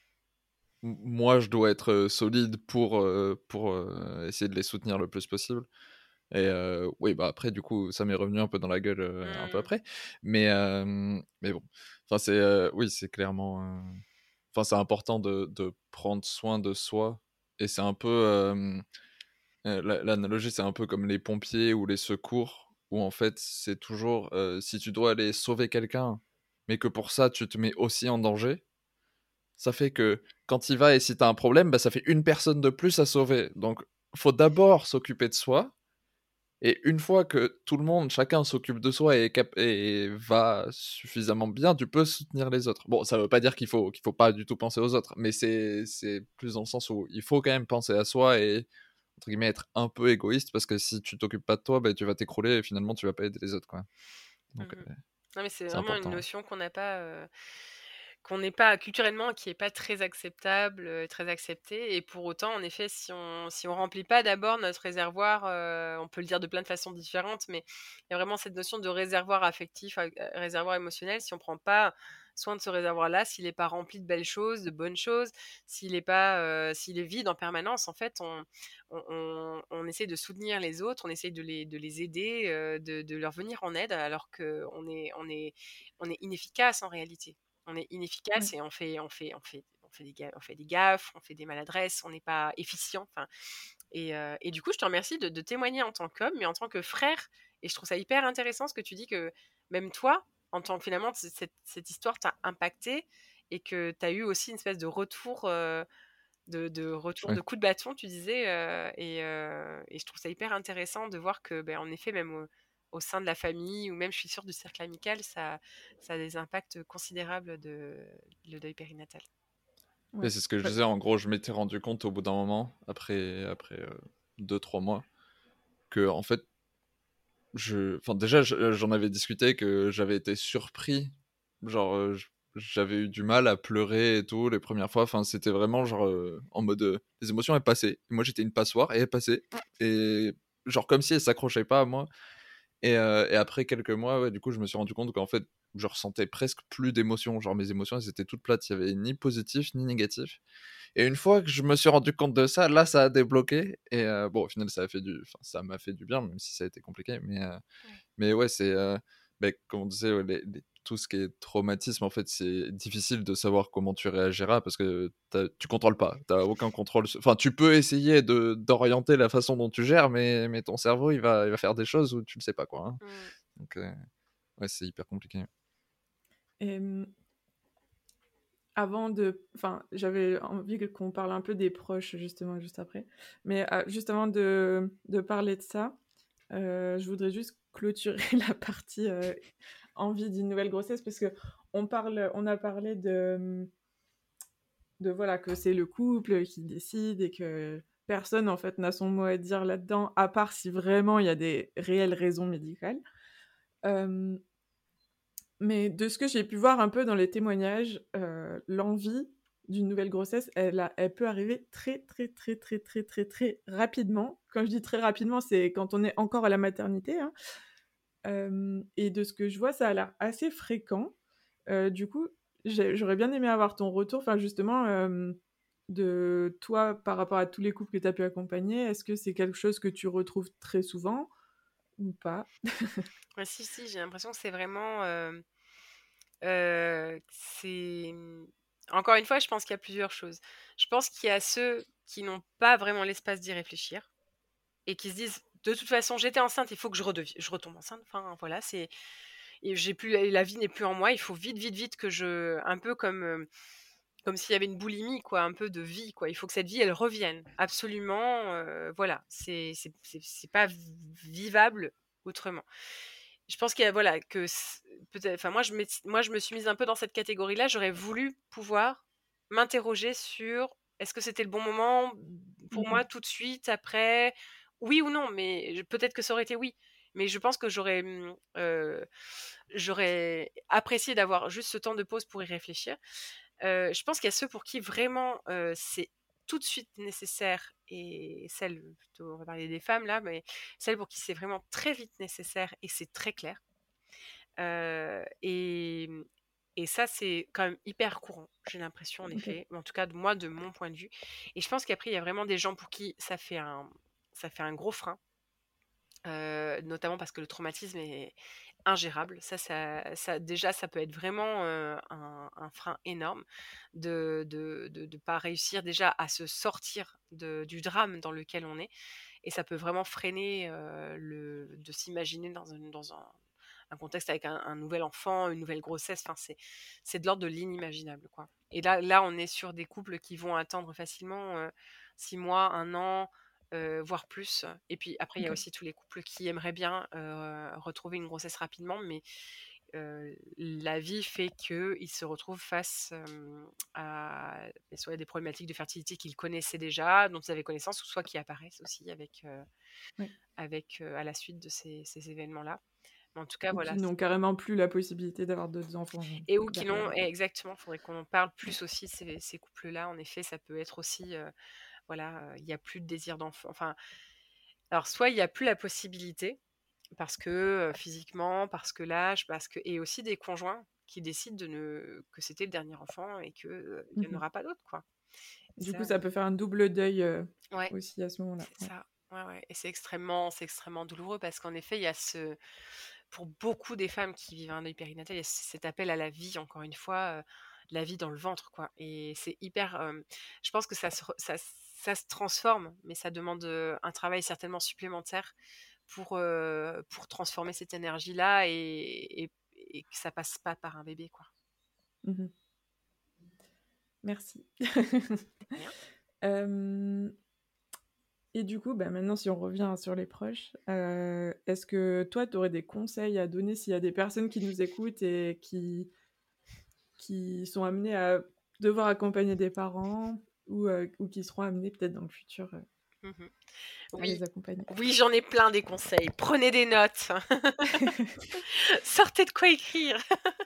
m- moi, je dois être euh, solide pour, euh, pour euh, essayer de les soutenir le plus possible. Et euh, oui, bah après, du coup, ça m'est revenu un peu dans la gueule euh, un peu
Mmh.
après. Mais, euh, mais bon, enfin, c'est, euh, oui, c'est clairement. euh, Enfin, c'est important de, de prendre soin de soi. Et c'est un peu. euh, euh, la- l'analogie, c'est un peu comme les pompiers ou les secours, où en fait, c'est toujours. euh, si tu dois aller sauver quelqu'un, mais que pour ça, tu te mets aussi en danger, ça fait que quand il va et si t'as un problème, bah, ça fait une personne de plus à sauver. Donc, faut d'abord s'occuper de soi. Et une fois que tout le monde, chacun s'occupe de soi et, cap- et va suffisamment bien, tu peux soutenir les autres. Bon, ça veut pas dire qu'il faut qu'il faut pas du tout penser aux autres, mais c'est c'est plus dans le sens où il faut quand même penser à soi et entre guillemets être un peu égoïste parce que si tu t'occupes pas de toi, bah, tu vas t'écrouler et finalement tu vas pas aider les autres, quoi. Donc
Mmh.
euh,
Non, mais c'est
c'est
vraiment une
important. Ouais.
notion qu'on n'a pas, heu, qu'on n'est pas culturellement, qui est pas très acceptable, heu, très acceptée et pour autant, en effet, si on si on remplit pas d'abord notre réservoir, heu, on peut le dire de plein de façons différentes, mais il y a vraiment cette notion de réservoir affectif, heu, réservoir émotionnel. Si on prend pas soin de ce réservoir-là, s'il est pas rempli de belles choses, de bonnes choses, s'il est pas, heu, s'il est vide en permanence, en fait, on on on on essaie de soutenir les autres, on essaie de les de les aider, heu, de de leur venir en aide alors qu'on est on est on est inefficace en réalité. On est
Ouais.
inefficace et on fait, on fait, on fait, on fait des, ga- on fait des gaffes, on fait des maladresses, on n'est pas efficient. Enfin, et, euh, et du coup, je te remercie de, de témoigner en tant qu'homme, mais en tant que frère. Et je trouve ça hyper intéressant ce que tu dis que même toi, en tant que finalement, c- cette, cette histoire t'a impacté et que tu as eu aussi une espèce de retour, euh, de, de retour
Ouais.
de coup de bâton, tu disais. euh, et, euh, et je trouve ça hyper intéressant de voir que, ben, en effet, même au, au sein de la famille ou même, je suis sûre, du cercle amical, ça, ça a des impacts considérables de le deuil périnatal.
Et
Ouais.
c'est ce que je
Bah,
disais, en gros, je m'étais rendu compte au bout d'un moment, après, après euh, deux, trois mois, que en fait, je... Enfin, déjà, je- j'en avais discuté, que j'avais été surpris. Genre, euh, j- j'avais eu du mal à pleurer et tout les premières fois. Enfin, c'était vraiment genre euh, en mode. euh, les émotions, elles passaient. Et moi, j'étais une passoire et elles passaient. Et genre, comme si elles s'accrochaient pas à moi. Et, euh, et après quelques mois, ouais, du coup, je me suis rendu compte qu'en fait, je ressentais presque plus d'émotions. Genre, mes émotions, elles étaient toutes plates. Il y avait ni positif ni négatif. Et une fois que je me suis rendu compte de ça, là, ça a débloqué. Et euh, bon, au final, ça a fait du, enfin, ça m'a fait du bien, même si ça a été compliqué. Mais, euh,
Ouais.
mais ouais, c'est, euh, ben, comme on disait, ouais, les- les- tout ce qui est traumatisme, en fait, c'est difficile de savoir comment tu réagiras parce que t'as- tu contrôles pas. T'as aucun contrôle. sur- Enfin, tu peux essayer de d'orienter la façon dont tu gères, mais, mais ton cerveau, il va, il va faire des choses où tu le sais pas, quoi. Hein.
Mm.
Donc, euh, ouais, c'est hyper compliqué.
et, hum, avant de... Enfin, j'avais envie que- qu'on parle un peu des proches, justement, juste après. Mais euh, juste avant de, de parler de ça, euh, je voudrais juste clôturer la partie euh, envie d'une nouvelle grossesse, parce que on parle, on a parlé de, de voilà, que c'est le couple qui décide et que personne, en fait, n'a son mot à dire là-dedans, à part si vraiment il y a des réelles raisons médicales. Euh, Mais de ce que j'ai pu voir un peu dans les témoignages, euh, l'envie d'une nouvelle grossesse, elle, a- elle peut arriver très, très, très, très, très, très, très rapidement. Quand je dis très rapidement, c'est quand on est encore à la maternité. Hein. Euh, et de ce que je vois, ça a l'air assez fréquent. Euh, du coup, j'ai- j'aurais bien aimé avoir ton retour, enfin justement, euh, de toi par rapport à tous les couples que tu as pu accompagner. Est-ce que c'est quelque chose que tu retrouves très souvent ou pas?
Ouais, si, si, j'ai l'impression que c'est vraiment. euh, euh, c'est... Encore une fois, je pense qu'il y a plusieurs choses. Je pense qu'il y a ceux qui n'ont pas vraiment l'espace d'y réfléchir et qui se disent de toute façon, j'étais enceinte, il faut que je, redevi- je retombe enceinte. Enfin, voilà, c'est. Et j'ai plus, la vie n'est plus en moi, il faut vite, vite, vite que je. Un peu comme. euh, comme s'il y avait une boulimie, quoi, un peu de vie, quoi. Il faut que cette vie, elle revienne. Absolument, euh, voilà. C'est, c'est, c'est, c'est pas vivable autrement. Je pense qu'il y a, voilà, que c'est- peut-être, enfin, moi, je me, moi, je me suis mise un peu dans cette catégorie-là. J'aurais voulu pouvoir m'interroger sur est-ce que c'était le bon moment pour
Mhm.
moi tout de suite après, oui ou non, mais je- peut-être que ça aurait été oui. Mais je pense que j'aurais, hum, euh, j'aurais apprécié d'avoir juste ce temps de pause pour y réfléchir. Euh, je pense qu'il y a ceux pour qui vraiment euh, c'est tout de suite nécessaire, et celles, plutôt, on va parler des femmes là, mais celles pour qui c'est vraiment très vite nécessaire et c'est très clair. Euh, et, et ça, c'est quand même hyper courant, j'ai l'impression, en
Ok.
effet, en tout cas de moi, de mon point de vue. Et je pense qu'après, il y a vraiment des gens pour qui ça fait un, ça fait un gros frein. euh, notamment parce que le traumatisme est ingérable. Ça, ça, ça- déjà, ça peut être vraiment euh, un, un frein énorme de de, de, de pas réussir déjà à se sortir de- du drame dans lequel on est. Et ça peut vraiment freiner euh, le, de s'imaginer dans, un, dans un, un contexte avec un, un nouvel enfant, une nouvelle grossesse. Enfin, c'est, c'est de l'ordre de l'inimaginable, quoi. Et là, là, on est sur des couples qui vont attendre facilement euh, six mois, un an, euh, voire plus. Et puis après, il y a
Ok.
aussi tous les couples qui aimeraient bien euh, retrouver une grossesse rapidement, mais euh, la vie fait qu'ils se retrouvent face euh, à soit des problématiques de fertilité qu'ils connaissaient déjà, dont ils avaient connaissance, ou soit qui apparaissent aussi avec, euh,
Ouais.
avec euh, à la suite de ces, ces événements-là. Mais en tout cas,
Ou
voilà.
qui n'ont carrément plus la possibilité d'avoir d'autres enfants
Et où qui
derrière.
l'ont, exactement, il faudrait qu'on en parle
Ouais.
plus aussi, ces, ces couples-là. En effet, ça peut être aussi, euh, voilà, euh, il n'y a plus de désir d'enfant. Enfin, alors, soit il n'y a plus la possibilité, parce que euh, physiquement, parce que l'âge, parce que et aussi des conjoints qui décident de ne que c'était le dernier enfant et que euh, il n'y en
Mhm.
aura pas d'autre, quoi. Et
Du
ça,
coup, ça peut faire un double deuil euh,
ouais,
aussi à ce moment-là.
c'est
Ouais.
ça. Ouais, ouais. Et c'est extrêmement, c'est extrêmement douloureux parce qu'en effet, il y a ce, pour beaucoup des femmes qui vivent un deuil périnatal, il y a cet appel à la vie, encore une fois, euh, la vie dans le ventre, quoi. Et c'est hyper. Euh, je pense que ça se, re- ça, ça se transforme, mais ça demande euh, un travail certainement supplémentaire pour, euh, pour transformer cette énergie-là et, et, et que ça passe pas par un bébé, quoi.
Mhm. Merci.
Rien.
Euh, et du coup, bah, maintenant, si on revient sur les proches, euh, est-ce que toi, tu aurais des conseils à donner s'il y a des personnes qui nous écoutent et qui, qui sont amenées à devoir accompagner des parents ou, euh, ou qui seront amenées peut-être dans le futur euh,
Mhm.
à
Oui,
les accompagner?
oui, j'en ai plein des conseils. Prenez des notes. Sortez de quoi écrire.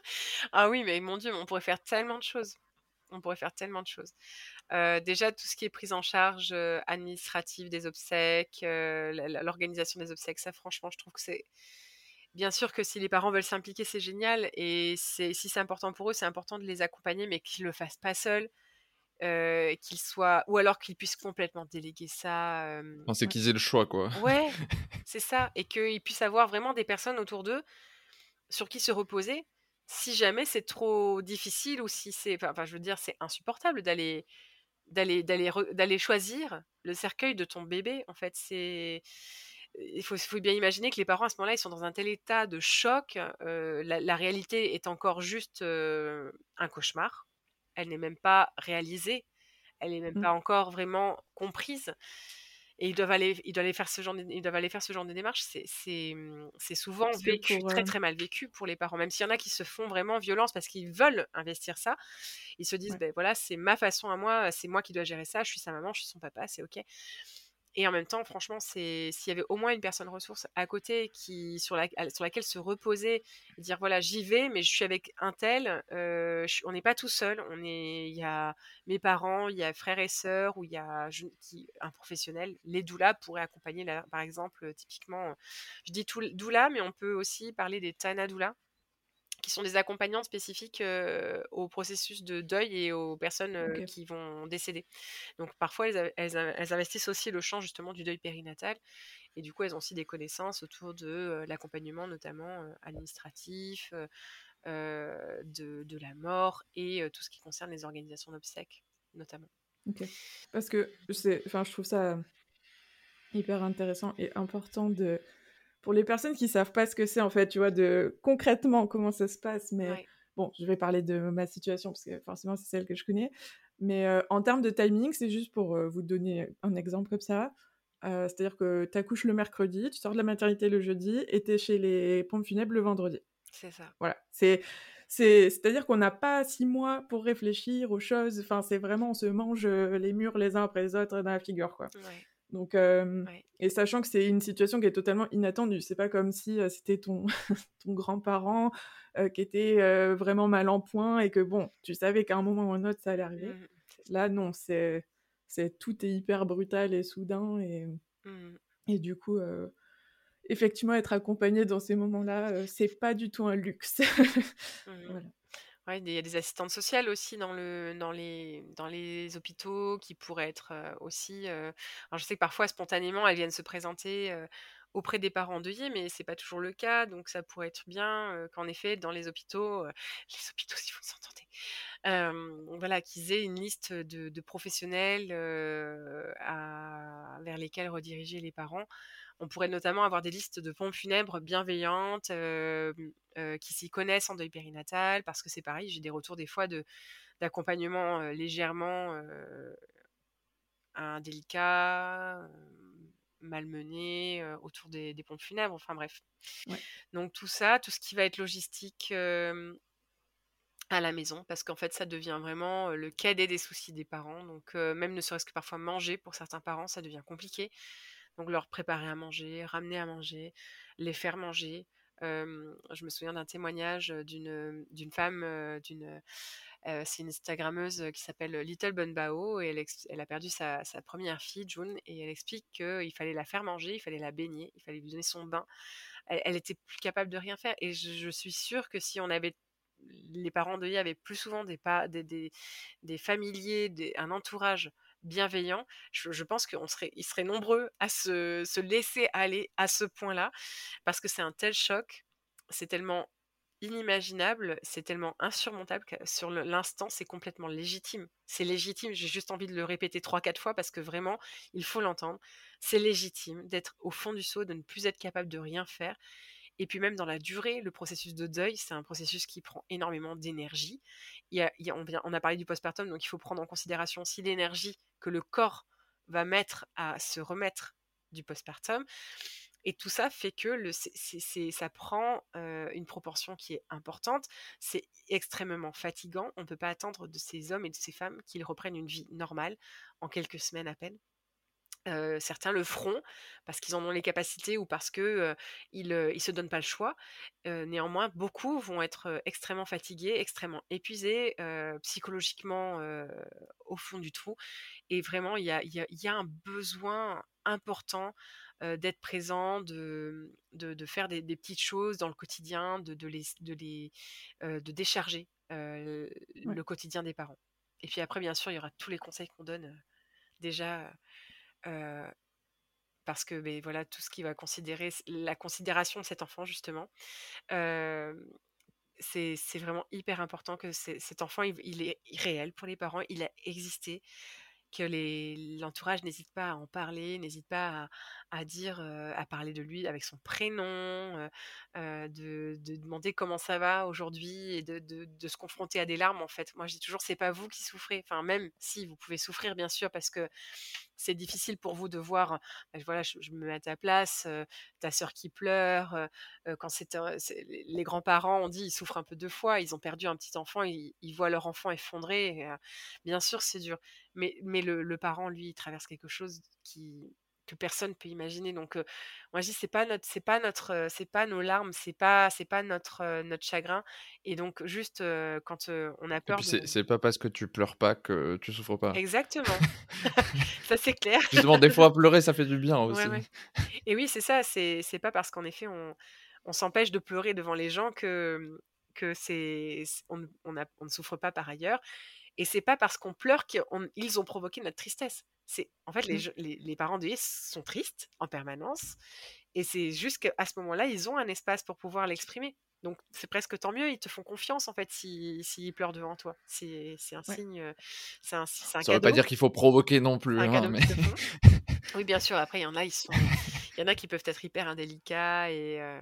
Ah oui, mais mon Dieu, on pourrait faire tellement de choses. On pourrait faire tellement de choses. Euh, déjà, tout ce qui est prise en charge euh, administrative des obsèques, euh, la- la- l'organisation des obsèques, ça, franchement, je trouve que c'est. Bien sûr que si les parents veulent s'impliquer, c'est génial. Et c'est, si c'est important pour eux, c'est important de les accompagner, mais qu'ils ne le fassent pas seuls. euh, qu'ils soient. Ou alors qu'ils puissent complètement déléguer ça. euh,
Enfin, c'est
Ouais.
qu'ils aient le choix, quoi.
Ouais, c'est ça. Et qu'ils puissent avoir vraiment des personnes autour d'eux sur qui se reposer si jamais c'est trop difficile ou si c'est. Enfin, enfin, je veux dire, c'est insupportable d'aller d'aller d'aller re- d'aller choisir le cercueil de ton bébé. En fait, c'est il faut, faut bien imaginer que les parents à ce moment-là, ils sont dans un tel état de choc. euh, la, la réalité est encore juste euh, un cauchemar. Elle n'est même pas réalisée. Elle n'est même
Mm.
pas encore vraiment comprise. Et ils doivent aller, ils doivent aller faire ce genre de, ils doivent aller faire ce genre de démarche. C'est, c'est, hum, c'est souvent
Parce que
vécu,
pour...
très
euh,
très mal vécu pour les parents. Même s'il y en a qui se font vraiment violence parce qu'ils veulent investir ça, ils se disent,
ouais.
ben voilà, c'est ma façon à moi, c'est moi qui dois gérer ça, je suis sa maman, je suis son papa, c'est ok. Et en même temps, franchement, c'est s'il y avait au moins une personne ressource à côté qui sur, la, sur laquelle se reposer et dire voilà, j'y vais, mais je suis avec un tel, euh, je, on n'est pas tout seul, on est, il y a mes parents, il y a frères et sœurs, ou il y a je, qui, un professionnel. Les doulas pourraient accompagner, là, par exemple, typiquement, je dis tout, doula, mais on peut aussi parler des tana doulas qui sont des accompagnantes spécifiques euh, au processus de deuil et aux personnes euh,
Ok.
qui vont décéder. Donc parfois, elles, elles, elles investissent aussi le champ justement du deuil périnatal et du coup, elles ont aussi des connaissances autour de euh, l'accompagnement notamment euh, administratif, euh, euh, de, de la mort et euh, tout ce qui concerne les organisations d'obsèques notamment.
Ok. Parce que c'est, enfin, je trouve ça hyper intéressant et important de pour les personnes qui savent pas ce que c'est en fait, tu vois, de concrètement comment ça se passe. Mais
Ouais.
bon, je vais parler de ma situation parce que forcément c'est celle que je connais. Mais euh, en termes de timing, c'est juste pour euh, vous donner un exemple comme ça. Euh, c'est-à-dire que tu accouches le mercredi, tu sors de la maternité le jeudi et tu es chez les pompes funèbres le vendredi.
C'est ça.
Voilà. C'est, c'est, c'est-à-dire qu'on n'a pas six mois pour réfléchir aux choses. Enfin, c'est vraiment, on se mange euh, les murs les uns après les autres dans la figure, quoi.
Ouais.
Donc, euh,
Ouais.
et sachant que c'est une situation qui est totalement inattendue, c'est pas comme si euh, c'était ton, ton grand-parent euh, qui était euh, vraiment mal en point et que bon, tu savais qu'à un moment ou un autre ça allait arriver.
Mmh, c'est ça.
Là, non, c'est, c'est tout est hyper brutal et soudain et,
Mmh,
et du coup, euh, effectivement, être accompagné dans ces moments-là, euh, c'est pas du tout un luxe.
mmh.
Voilà.
Ouais, il y a des assistantes sociales aussi dans le, dans les, dans les hôpitaux qui pourraient être euh, aussi. euh, Alors je sais que parfois spontanément elles viennent se présenter euh, auprès des parents endeuillés, mais c'est pas toujours le cas, donc ça pourrait être bien euh, qu'en effet, dans les hôpitaux, euh, les hôpitaux, si vous s'entendez, euh, voilà, qu'ils aient une liste de, de professionnels euh, à- vers lesquels rediriger les parents. On pourrait notamment avoir des listes de pompes funèbres bienveillantes euh, euh, qui s'y connaissent en deuil périnatal, parce que c'est pareil, j'ai des retours des fois de, d'accompagnement euh, légèrement euh, indélicat, euh, malmené euh, autour des, des pompes funèbres, enfin bref.
Ouais.
Donc tout ça, tout ce qui va être logistique euh, à la maison, parce qu'en fait ça devient vraiment euh, le cadet des soucis des parents. Donc euh, même ne serait-ce que parfois manger, pour certains parents, ça devient compliqué. Donc leur préparer à manger, ramener à manger, les faire manger. Euh, je me souviens d'un témoignage d'une, d'une femme, euh, d'une, euh, c'est une Instagrammeuse qui s'appelle Little Bun Bao, et elle, ex- elle a perdu sa, sa première fille, June, et elle explique qu'il fallait la faire manger, il fallait la baigner, il fallait lui donner son bain. Elle, elle était plus capable de rien faire, et je, je suis sûre que si on avait les parents endeuillés avaient plus souvent des, pa- des, des, des familiers, des- un entourage bienveillant, je, je pense qu'ils serait, ils seraient nombreux à se, se laisser aller à ce point-là, parce que c'est un tel choc, c'est tellement inimaginable, c'est tellement insurmontable que sur le- l'instant, c'est complètement légitime. C'est légitime, j'ai juste envie de le répéter trois, quatre fois parce que vraiment, il faut l'entendre. C'est légitime d'être au fond du seau, de ne plus être capable de rien faire. Et puis même dans la durée, le processus de deuil, c'est un processus qui prend énormément d'énergie. Il y a- il y a- on, vient- on a parlé du postpartum, donc il faut prendre en considération aussi l'énergie que le corps va mettre à se remettre du postpartum. Et tout ça fait que le, c'est, c'est- c'est- ça prend euh, une proportion qui est importante. C'est extrêmement fatigant. On ne peut pas attendre de ces hommes et de ces femmes qu'ils reprennent une vie normale en quelques semaines à peine. Euh, certains le feront parce qu'ils en ont les capacités ou parce que euh, ils, euh, ils se donnent pas le choix. Euh, néanmoins, beaucoup vont être euh, extrêmement fatigués, extrêmement épuisés, euh, psychologiquement euh, au fond du trou. Et vraiment, il y a, il y a- il y a un besoin important euh, d'être présent, de, de, de faire des, des petites choses dans le quotidien, de, de les, de les euh, de décharger euh,
Ouais.
le quotidien des parents. Et puis après, bien sûr, il y aura tous les conseils qu'on donne euh, déjà. euh, Parce que ben, voilà, tout ce qui va considérer la considération de cet enfant, justement, euh, c'est c'est vraiment hyper important que c'est- cet enfant, il, il est réel pour les parents, il a existé, que les, l'entourage n'hésite pas à en parler, n'hésite pas à, à dire, euh, à parler de lui avec son prénom, euh, euh, de, de demander comment ça va aujourd'hui et de, de, de se confronter à des larmes, en fait. Moi, je dis toujours, c'est pas vous qui souffrez. Enfin, même si vous pouvez souffrir, bien sûr, parce que c'est difficile pour vous de voir, ben voilà, je, je me mets à ta place, euh, ta sœur qui pleure, euh, euh, quand c'est, un- c'est- les les grands-parents, on dit, ils souffrent un peu deux fois, ils ont perdu un petit enfant, ils, ils voient leur enfant effondré, et, euh, bien sûr, c'est dur. Mais, mais le, le parent, lui, il traverse quelque chose qui que personne peut imaginer. Donc, euh, moi, je dis, c'est pas notre, c'est pas notre, euh, c'est pas nos larmes, c'est pas, c'est pas notre, euh, notre chagrin. Et donc, juste euh, quand euh, on a
Et
peur
puis,
de,
c'est c'est pas parce que tu pleures pas que tu souffres pas.
exactement, ça c'est clair.
Justement, des fois, pleurer, ça fait du bien
Ouais,
aussi.
ouais. Et oui, c'est ça, c'est c'est pas parce qu'en effet on, on s'empêche de pleurer devant les gens que, que c'est, c'est- on, ne- on, a- on ne souffre pas par ailleurs. Et c'est pas parce qu'on pleure qu'ils ont provoqué notre tristesse. C'est, en fait, les,
Mm.
je- les, les parents de sont tristes en permanence. Et c'est juste qu'à ce moment-là, ils ont un espace pour pouvoir l'exprimer. Donc c'est presque tant mieux, ils te font confiance en fait si- s'ils pleurent devant toi. C'est c'est un
Ouais.
signe, euh, c'est un, c'est un
Ça veut pas
cadeau,
dire qu'il faut provoquer non
c'est
plus,
un
hein,
cadeau
mais...
qu'ils te font. Oui, bien sûr. Après, il y en a, ils sont, il y en a qui peuvent être hyper indélicats et, euh,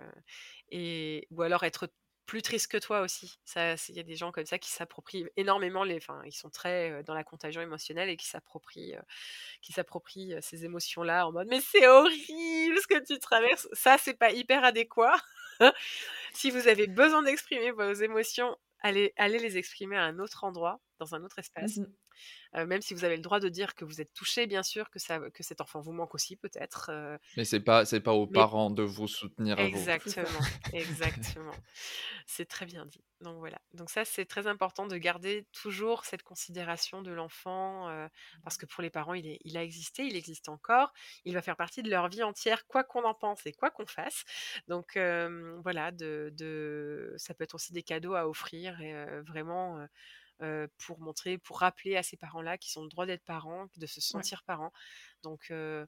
et ou alors être plus tristes que toi aussi. Ça, c'est- il y a des gens comme ça qui s'approprient énormément les, enfin, ils sont très euh, dans la contagion émotionnelle et qui s'approprient, euh, qui s'approprient euh, ces émotions-là en mode mais c'est horrible ce que tu traverses. Ça, c'est pas hyper adéquat. Si vous avez besoin d'exprimer vos émotions, allez, allez les exprimer à un autre endroit, dans un autre espace.
Mhm.
Euh, même si vous avez le droit de dire que vous êtes touché, bien sûr, que, ça, que cet enfant vous manque aussi, peut-être. euh,
Mais c'est pas, c'est pas aux
mais
parents de vous soutenir à vous.
C'est ça.
exactement, exactement. C'est très bien dit. Donc voilà. Donc ça, c'est très important de garder toujours cette considération de l'enfant, euh, parce que pour les parents, il, est, il a existé, il existe encore, il va faire partie de leur vie entière, quoi qu'on en pense et quoi qu'on fasse. Donc euh, voilà, de, de, ça peut être aussi des cadeaux à offrir et euh, vraiment. euh, euh, pour montrer, pour rappeler à ces parents-là qu'ils ont le droit d'être parents, de se
Ouais.
sentir parents. Donc, euh,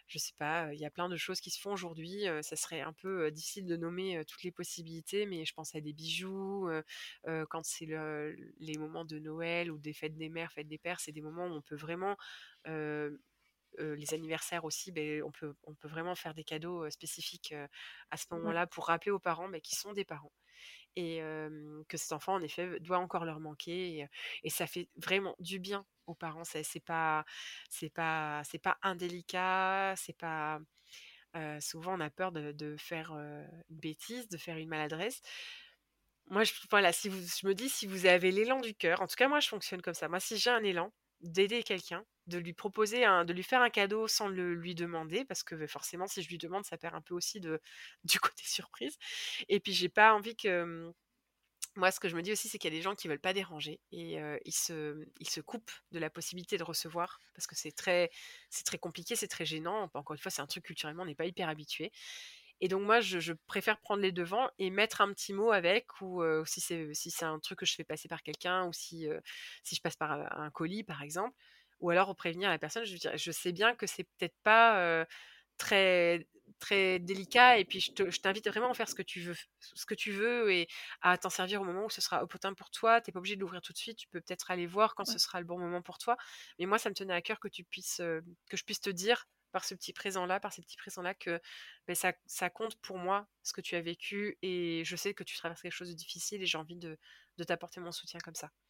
je sais pas, il y a plein de choses qui se font aujourd'hui. euh, ça serait un peu euh, difficile de nommer euh, toutes les possibilités, mais je pense à des bijoux. euh, euh, quand c'est le- les moments de Noël ou des fêtes des mères, fêtes des pères, c'est des moments où on peut vraiment euh, euh, les anniversaires aussi, ben, on peut, on peut vraiment faire des cadeaux euh, spécifiques euh, à ce
Ouais.
moment-là pour rappeler aux parents ben, qui sont des parents et euh, que cet enfant, en effet, doit encore leur manquer. Et, et ça fait vraiment du bien aux parents. C'est, c'est pas, c'est pas, c'est pas indélicat. C'est pas. Euh, souvent, on a peur de, de faire euh, une bêtise, de faire une maladresse. Moi, je, voilà, si vous, je me dis, si vous avez l'élan du cœur, en tout cas, moi, je fonctionne comme ça. Moi, si j'ai un élan d'aider quelqu'un, de lui proposer, un, de lui faire un cadeau sans le lui demander, parce que forcément, si je lui demande, ça perd un peu aussi de, du côté surprise. Et puis, j'ai pas envie que. Moi, ce que je me dis aussi, c'est qu'il y a des gens qui veulent pas déranger et euh, ils se, ils se coupent de la possibilité de recevoir parce que c'est très, c'est très compliqué, c'est très gênant. Encore une fois, c'est un truc culturellement, on n'est pas hyper habitué. Et donc moi, je, je préfère prendre les devants et mettre un petit mot avec, ou euh, si c'est si c'est un truc que je fais passer par quelqu'un, ou si euh, si je passe par un, un colis, par exemple, ou alors prévenir la personne. Je veux dire, je sais bien que c'est peut-être pas euh, très très délicat, et puis je, te- je t'invite vraiment à faire ce que tu veux, ce que tu veux, et à t'en servir au moment où ce sera opportun pour toi. T'es pas obligé de l'ouvrir tout de suite. Tu peux peut-être aller voir quand ce
Ouais.
sera le bon moment pour toi. Mais moi, ça me tenait à cœur que tu puisses euh, que je puisse te dire par ce petit présent-là, par ces petits présents-là, que ben, ça, ça compte pour moi, ce que tu as vécu, et je sais que tu traverses quelque chose de difficile, et j'ai envie de, de t'apporter mon soutien comme ça.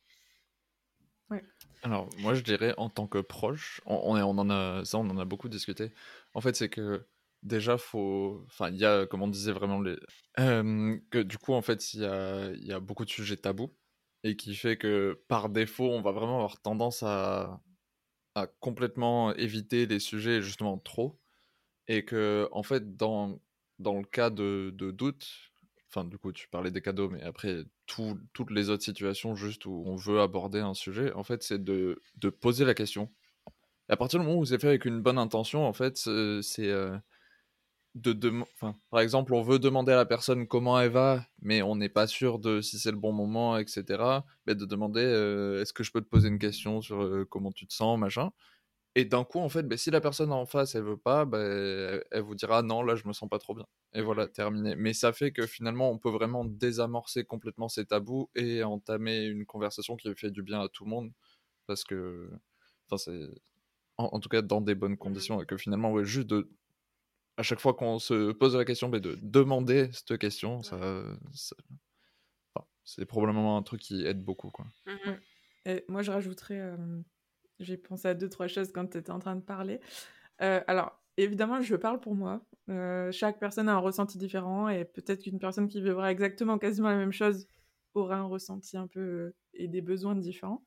Ouais.
Alors, moi, je dirais en tant que proche, on, on est- on en a, ça, on en a beaucoup discuté. En fait, c'est que déjà, faut, enfin, il y a, comme on disait vraiment, les, euh, que du coup, en fait, il y a, il y a beaucoup de sujets tabous et qui fait que par défaut, on va vraiment avoir tendance à, à complètement éviter les sujets justement trop, et que en fait, dans, dans le cas de, de doute, enfin, du coup, tu parlais des cadeaux, mais après, tout- toutes les autres situations juste où on veut aborder un sujet, en fait, c'est de, de poser la question. Et à partir du moment où c'est fait avec une bonne intention, en fait, c'est c'est, euh, de, de, enfin, par exemple, on veut demander à la personne comment elle va, mais on n'est pas sûr de si c'est le bon moment, et cetera. Mais de demander, euh, est-ce que je peux te poser une question sur euh, comment tu te sens, machin. Et d'un coup, en fait, ben, si la personne en face, elle veut pas, ben, elle, elle vous dira non, là, je me sens pas trop bien. Et voilà,
Mhm.
terminé. Mais ça fait que finalement, on peut vraiment désamorcer complètement ces tabous et entamer une conversation qui fait du bien à tout le monde. Parce que, enfin, c'est, en, en tout cas, dans des bonnes
Mhm.
conditions. Et que finalement, ouais, juste de, à chaque fois qu'on se pose la question, ben, de demander cette question, ça,
Ouais.
ça- enfin, c'est probablement un truc qui aide beaucoup, quoi.
Mhm.
Ouais. Et moi, je rajouterais, euh, j'ai pensé à deux, trois choses quand tu étais en train de parler. Euh, alors, évidemment, je parle pour moi. Euh, chaque personne a un ressenti différent, et peut-être qu'une personne qui vivra exactement quasiment la même chose aura un ressenti un peu euh, et des besoins différents.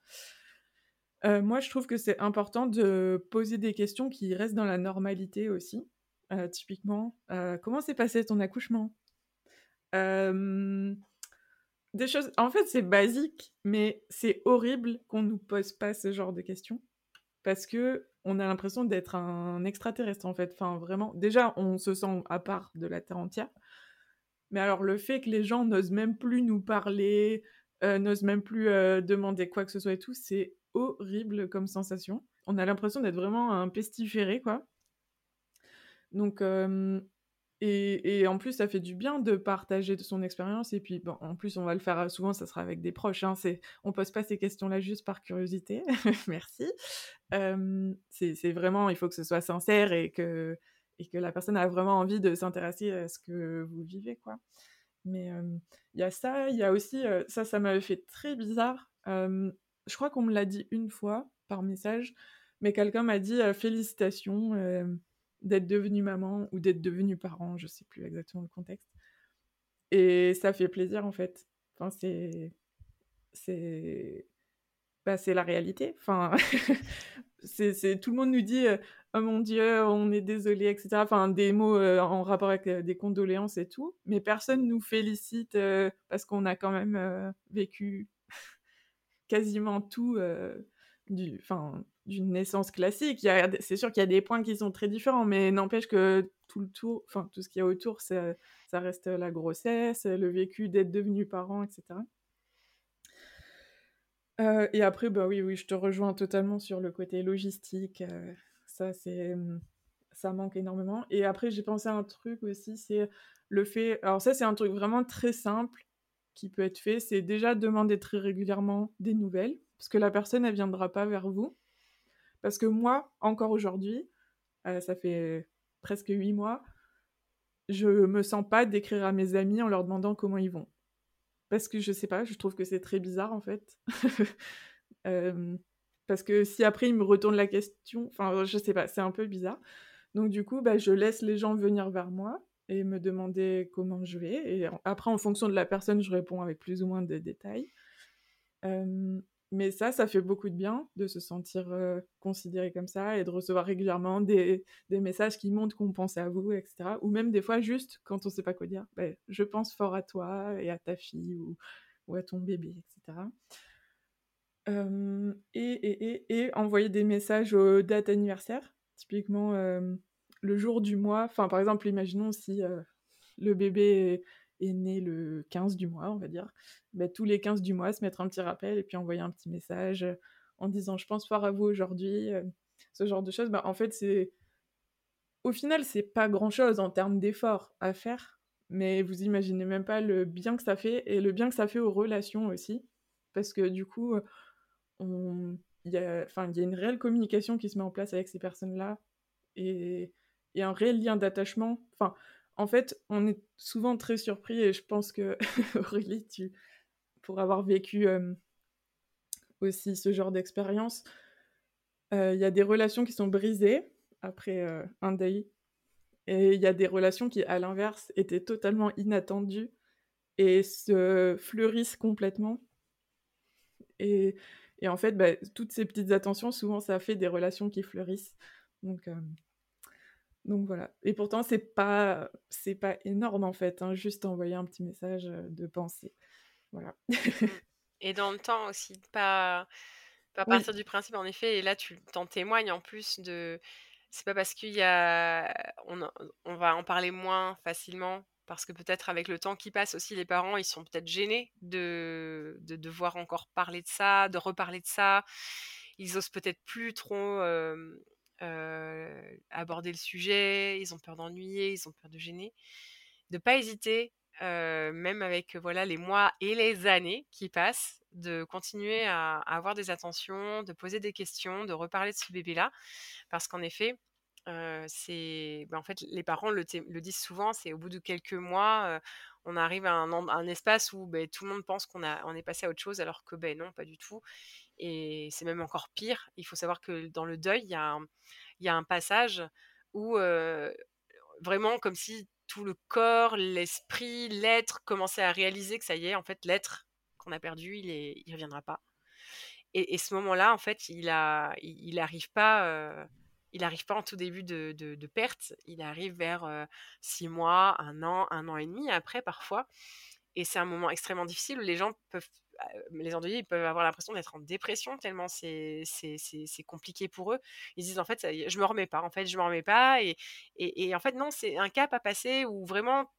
Euh, moi, je trouve que c'est important de poser des questions qui restent dans la normalité aussi. Euh, typiquement, euh, comment s'est passé ton accouchement? Euh, Des choses. En fait, c'est basique, mais c'est horrible qu'on nous pose pas ce genre de questions parce que on a l'impression d'être un extraterrestre en fait. Enfin, vraiment. Déjà, on se sent à part de la terre entière. Mais alors, le fait que les gens n'osent même plus nous parler, euh, n'osent même plus euh, demander quoi que ce soit et tout, c'est horrible comme sensation. On a l'impression d'être vraiment un pestiféré, quoi. Donc, euh, et, et en plus, ça fait du bien de partager de son expérience. Et puis, bon, en plus, on va le faire euh, souvent, ça sera avec des proches. Hein, c'est, on pose pas ces questions-là juste par curiosité. Merci. Euh, c'est, c'est vraiment, il faut que ce soit sincère et que, et que la personne a vraiment envie de s'intéresser à ce que vous vivez, quoi. Mais il euh, y a ça, il y a aussi, euh, ça, ça m'avait fait très bizarre. Euh, je crois qu'on me l'a dit une fois par message, mais quelqu'un m'a dit euh, félicitations euh, d'être devenue maman ou d'être devenu parent, je sais plus exactement le contexte. Et ça fait plaisir en fait. Enfin, c'est, c'est, bah, c'est la réalité. Enfin, c'est, c'est, tout le monde nous dit euh, oh mon Dieu, on est désolé, et cetera. Enfin, des mots euh, en rapport avec euh, des condoléances et tout, mais personne nous félicite euh, parce qu'on a quand même euh, vécu quasiment tout euh, du, enfin, d'une naissance classique. Il y a, c'est sûr qu'il y a des points qui sont très différents, mais n'empêche que tout le tour, enfin, tout ce qu'il y a autour, ça, ça reste la grossesse, le vécu d'être devenu parent, et cetera. Euh, et après, bah oui, oui, je te rejoins totalement sur le côté logistique. euh, ça, c'est, ça manque énormément. Et après, j'ai pensé à un truc aussi, c'est le fait... Alors ça, c'est un truc vraiment très simple qui peut être fait, c'est déjà demander très régulièrement des nouvelles, parce que la personne, elle viendra pas vers vous. Parce que moi, encore aujourd'hui, euh, ça fait presque huit mois, je me sens pas d'écrire à mes amis en leur demandant comment ils vont. Parce que je sais pas, je trouve que c'est très bizarre en fait. euh, parce que si après ils me retournent la question, enfin je sais pas, c'est un peu bizarre. Donc du coup, bah, je laisse les gens venir vers moi et me demander comment je vais. Et après, en fonction de la personne, je réponds avec plus ou moins de détails. Euh, mais ça, ça fait beaucoup de bien de se sentir euh, considéré comme ça et de recevoir régulièrement des, des messages qui montrent qu'on pense à vous, et cetera. Ou même des fois, juste quand on sait pas quoi dire, ben, je pense fort à toi et à ta fille ou, ou à ton bébé, et cetera. Euh, et, et, et, et envoyer des messages aux dates anniversaires, typiquement euh, le jour du mois. Enfin, par exemple, imaginons si euh, le bébé est, est né le quinze du mois, on va dire, ben, tous les quinze du mois, se mettre un petit rappel et puis envoyer un petit message euh, en disant je pense fort à vous aujourd'hui, euh, ce genre de choses. Ben, en fait, c'est au final, c'est pas grand-chose en termes d'efforts à faire, mais vous imaginez même pas le bien que ça fait et le bien que ça fait aux relations aussi, parce que du coup, on... il y a... enfin, il y a une réelle communication qui se met en place avec ces personnes-là et, et un réel lien d'attachement. Enfin, en fait, on est souvent très surpris et je pense que Aurélie, tu pour avoir vécu euh, aussi ce genre d'expérience, euh, il y a des relations qui sont brisées après euh, un deuil. Et il y a des relations qui, à l'inverse, étaient totalement inattendues et se fleurissent complètement. Et, et en fait, bah, toutes ces petites attentions, souvent, ça fait des relations qui fleurissent. Donc, euh, donc voilà. Et pourtant, c'est pas, c'est pas énorme, en fait, hein, juste envoyer un petit message de pensée. Voilà.
Et dans le temps aussi, pas, pas
Oui.
partir du principe, en effet, et là, tu t'en témoignes en plus de... C'est pas parce qu'il y a... On, on va en parler moins facilement, parce que peut-être avec le temps qui passe aussi, les parents, ils sont peut-être gênés de, de devoir encore parler de ça, de reparler de ça. Ils osent peut-être plus trop euh, euh, aborder le sujet, ils ont peur d'ennuyer, ils ont peur de gêner. De pas hésiter, euh, même avec voilà, les mois et les années qui passent, de continuer à, à avoir des attentions, de poser des questions, de reparler de ce bébé-là. Parce qu'en effet, euh, c'est, ben, en fait, les parents le, t- le disent souvent, c'est au bout de quelques mois, euh, on arrive à un, un espace où ben, tout le monde pense qu'on a, on est passé à autre chose, alors que ben, non, pas du tout. Et c'est même encore pire. Il faut savoir que dans le deuil, il y a un, il y a un passage où euh, vraiment comme si tout le corps, l'esprit, l'être commençait à réaliser que ça y est, en fait, l'être qu'on a perdu, il est, il reviendra pas. Et, et ce moment-là, en fait, il a, il, il arrive pas, euh, il arrive pas en tout début de, de, de perte. Il arrive vers euh, six mois, un an, un an et demi après parfois. Et c'est un moment extrêmement difficile où les gens peuvent, euh, les endeuillés, ils peuvent avoir l'impression d'être en dépression tellement c'est, c'est, c'est, c'est compliqué pour eux. Ils se disent en fait, ça y est, je me remets pas, en fait, je me remets pas. Et, et, et en fait, non, c'est un cap à passer où vraiment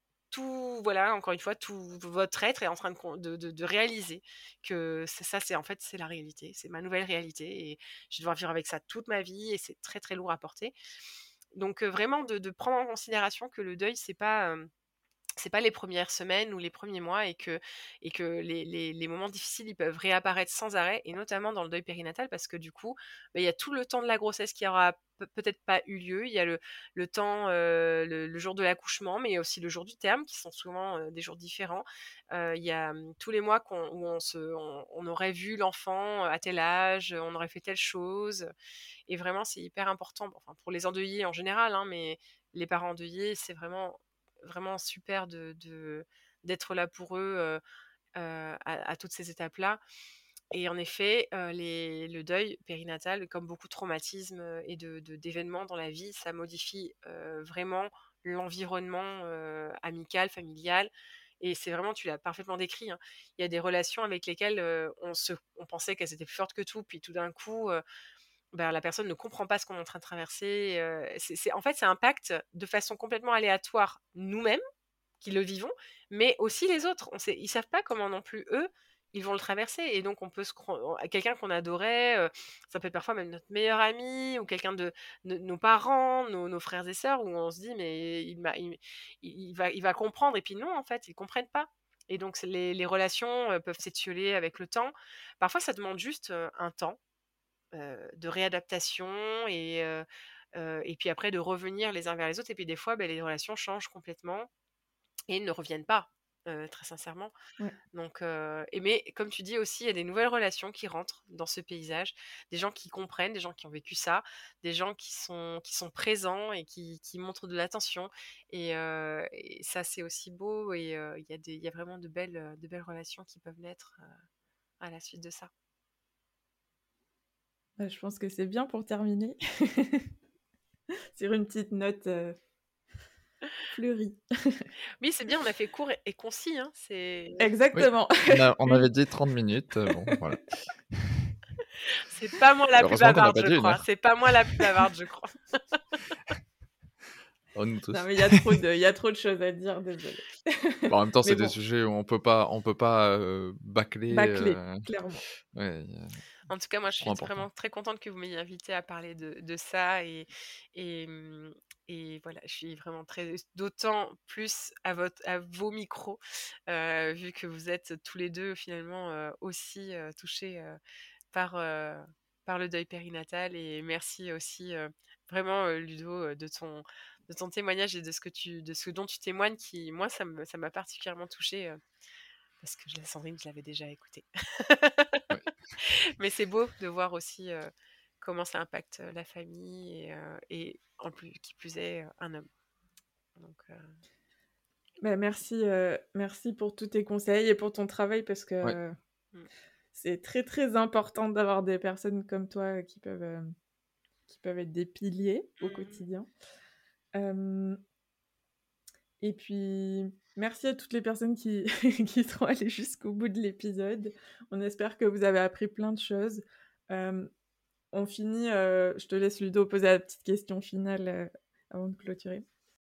tout, voilà, encore une fois, tout votre être est en train de, de, de, de réaliser que c'est ça, c'est en fait, c'est la réalité, c'est ma nouvelle réalité et je vais devoir vivre avec ça toute ma vie et c'est très très lourd à porter. Donc euh, vraiment de, de prendre en considération que le deuil, c'est pas euh, c'est pas les premières semaines ou les premiers mois et que, et que les, les, les moments difficiles ils peuvent réapparaître sans arrêt et notamment dans le deuil périnatal parce que du coup bah, il y a tout le temps de la grossesse qui aura pe- peut-être pas eu lieu, il y a le, le temps euh, le, le jour de l'accouchement mais il y a aussi le jour du terme qui sont souvent euh, des jours différents. Euh, il y a hum, tous les mois qu'on, où on, se, on, on aurait vu l'enfant à tel âge, on aurait fait telle chose et vraiment c'est hyper important, bon, enfin, pour les endeuillés en général hein, mais les parents endeuillés c'est vraiment vraiment super de, de, d'être là pour eux euh, euh, à, à toutes ces étapes-là. Et en effet, euh, les, le deuil périnatal, comme beaucoup de traumatismes et de, de, d'événements dans la vie, ça modifie euh, vraiment l'environnement euh, amical, familial. Et c'est vraiment, tu l'as parfaitement décrit, hein. Il y a des relations avec lesquelles euh, on, se, on pensait qu'elles étaient plus fortes que tout, puis tout d'un coup, euh, ben, la personne ne comprend pas ce qu'on est en train de traverser. Euh, c'est, c'est, en fait, ça impacte de façon complètement aléatoire nous-mêmes qui le vivons, mais aussi les autres. On sait, ils savent pas comment non plus eux ils vont le traverser. Et donc, on peut se cro- quelqu'un qu'on adorait, euh, ça peut être parfois même notre meilleur ami ou quelqu'un de, de nos parents, nos, nos frères et sœurs, où on se dit, mais il, m'a- il, il va, il va comprendre. Et puis non, en fait, ils comprennent pas. Et donc, c'est- les, les relations euh, peuvent s'étioler avec le temps. Parfois, ça demande juste euh, un temps euh, de réadaptation et, euh, euh, et puis après de revenir les uns vers les autres. Et puis des fois, ben, les relations changent complètement et ne reviennent pas, euh, très sincèrement.
Ouais.
Donc, euh, et mais comme tu dis aussi, il y a des nouvelles relations qui rentrent dans ce paysage, des gens qui comprennent, des gens qui ont vécu ça, des gens qui sont, qui sont présents et qui, qui montrent de l'attention. Et, euh, et ça, c'est aussi beau. Et euh, il y a des, il y a vraiment de belles, de belles relations qui peuvent naître euh, à la suite de ça.
Bah, je pense que c'est bien pour terminer. Sur une petite note euh, fleurie.
Oui, c'est bien, on a fait court et, et concis. Hein, c'est...
Oui,
Exactement.
on, a- on
Une-
avait dit trente minutes. euh, bon, voilà.
c'est pas moi la plus
Heureusement qu'on n'a
bavarde,
pas
je
dit une
crois.
heure.
C'est pas moi la plus bavarde, je crois.
Oh, nous tous.
Non, mais il y a trop de, il y a trop de choses à dire, désolé.
Bon, en même temps,
Mais
c'est des
bon,
sujets où on peut pas, on peut pas euh, bâcler.
bâclé,
euh,
clairement.
ouais, y a-
En tout cas, moi, je
trop
suis
important.
vraiment très contente que vous m'ayez invité à parler de, de ça. Et, et, hum, et voilà, je suis vraiment très... D'autant plus à, votre, à vos micros, euh, vu que vous êtes tous les deux, finalement, euh, aussi euh, touchés euh, par, euh, par le deuil périnatal. Et merci aussi, euh, vraiment, euh, Ludo, euh, de ton, de ton témoignage et de ce, que tu, de ce dont tu témoignes, qui, moi, ça me, ça m'a particulièrement touchée, euh, parce que je- Sandrine, je l'avais déjà écouté.
Ouais.
Mais c'est beau de voir aussi euh, comment ça impacte euh, la famille et, euh, et en plus, qui plus est, euh, un homme. Donc, euh,
Bah, merci, euh, merci pour tous tes conseils et pour ton travail parce que
Ouais.
euh,
Mm.
c'est très très important d'avoir des personnes comme toi qui peuvent, euh, qui peuvent être des piliers au
Mhm.
quotidien. Euh, et puis, merci à toutes les personnes qui, qui sont allées jusqu'au bout de l'épisode. On espère que vous avez appris plein de choses. Euh, on finit, euh, je te laisse Ludo poser la petite question finale euh, avant de clôturer.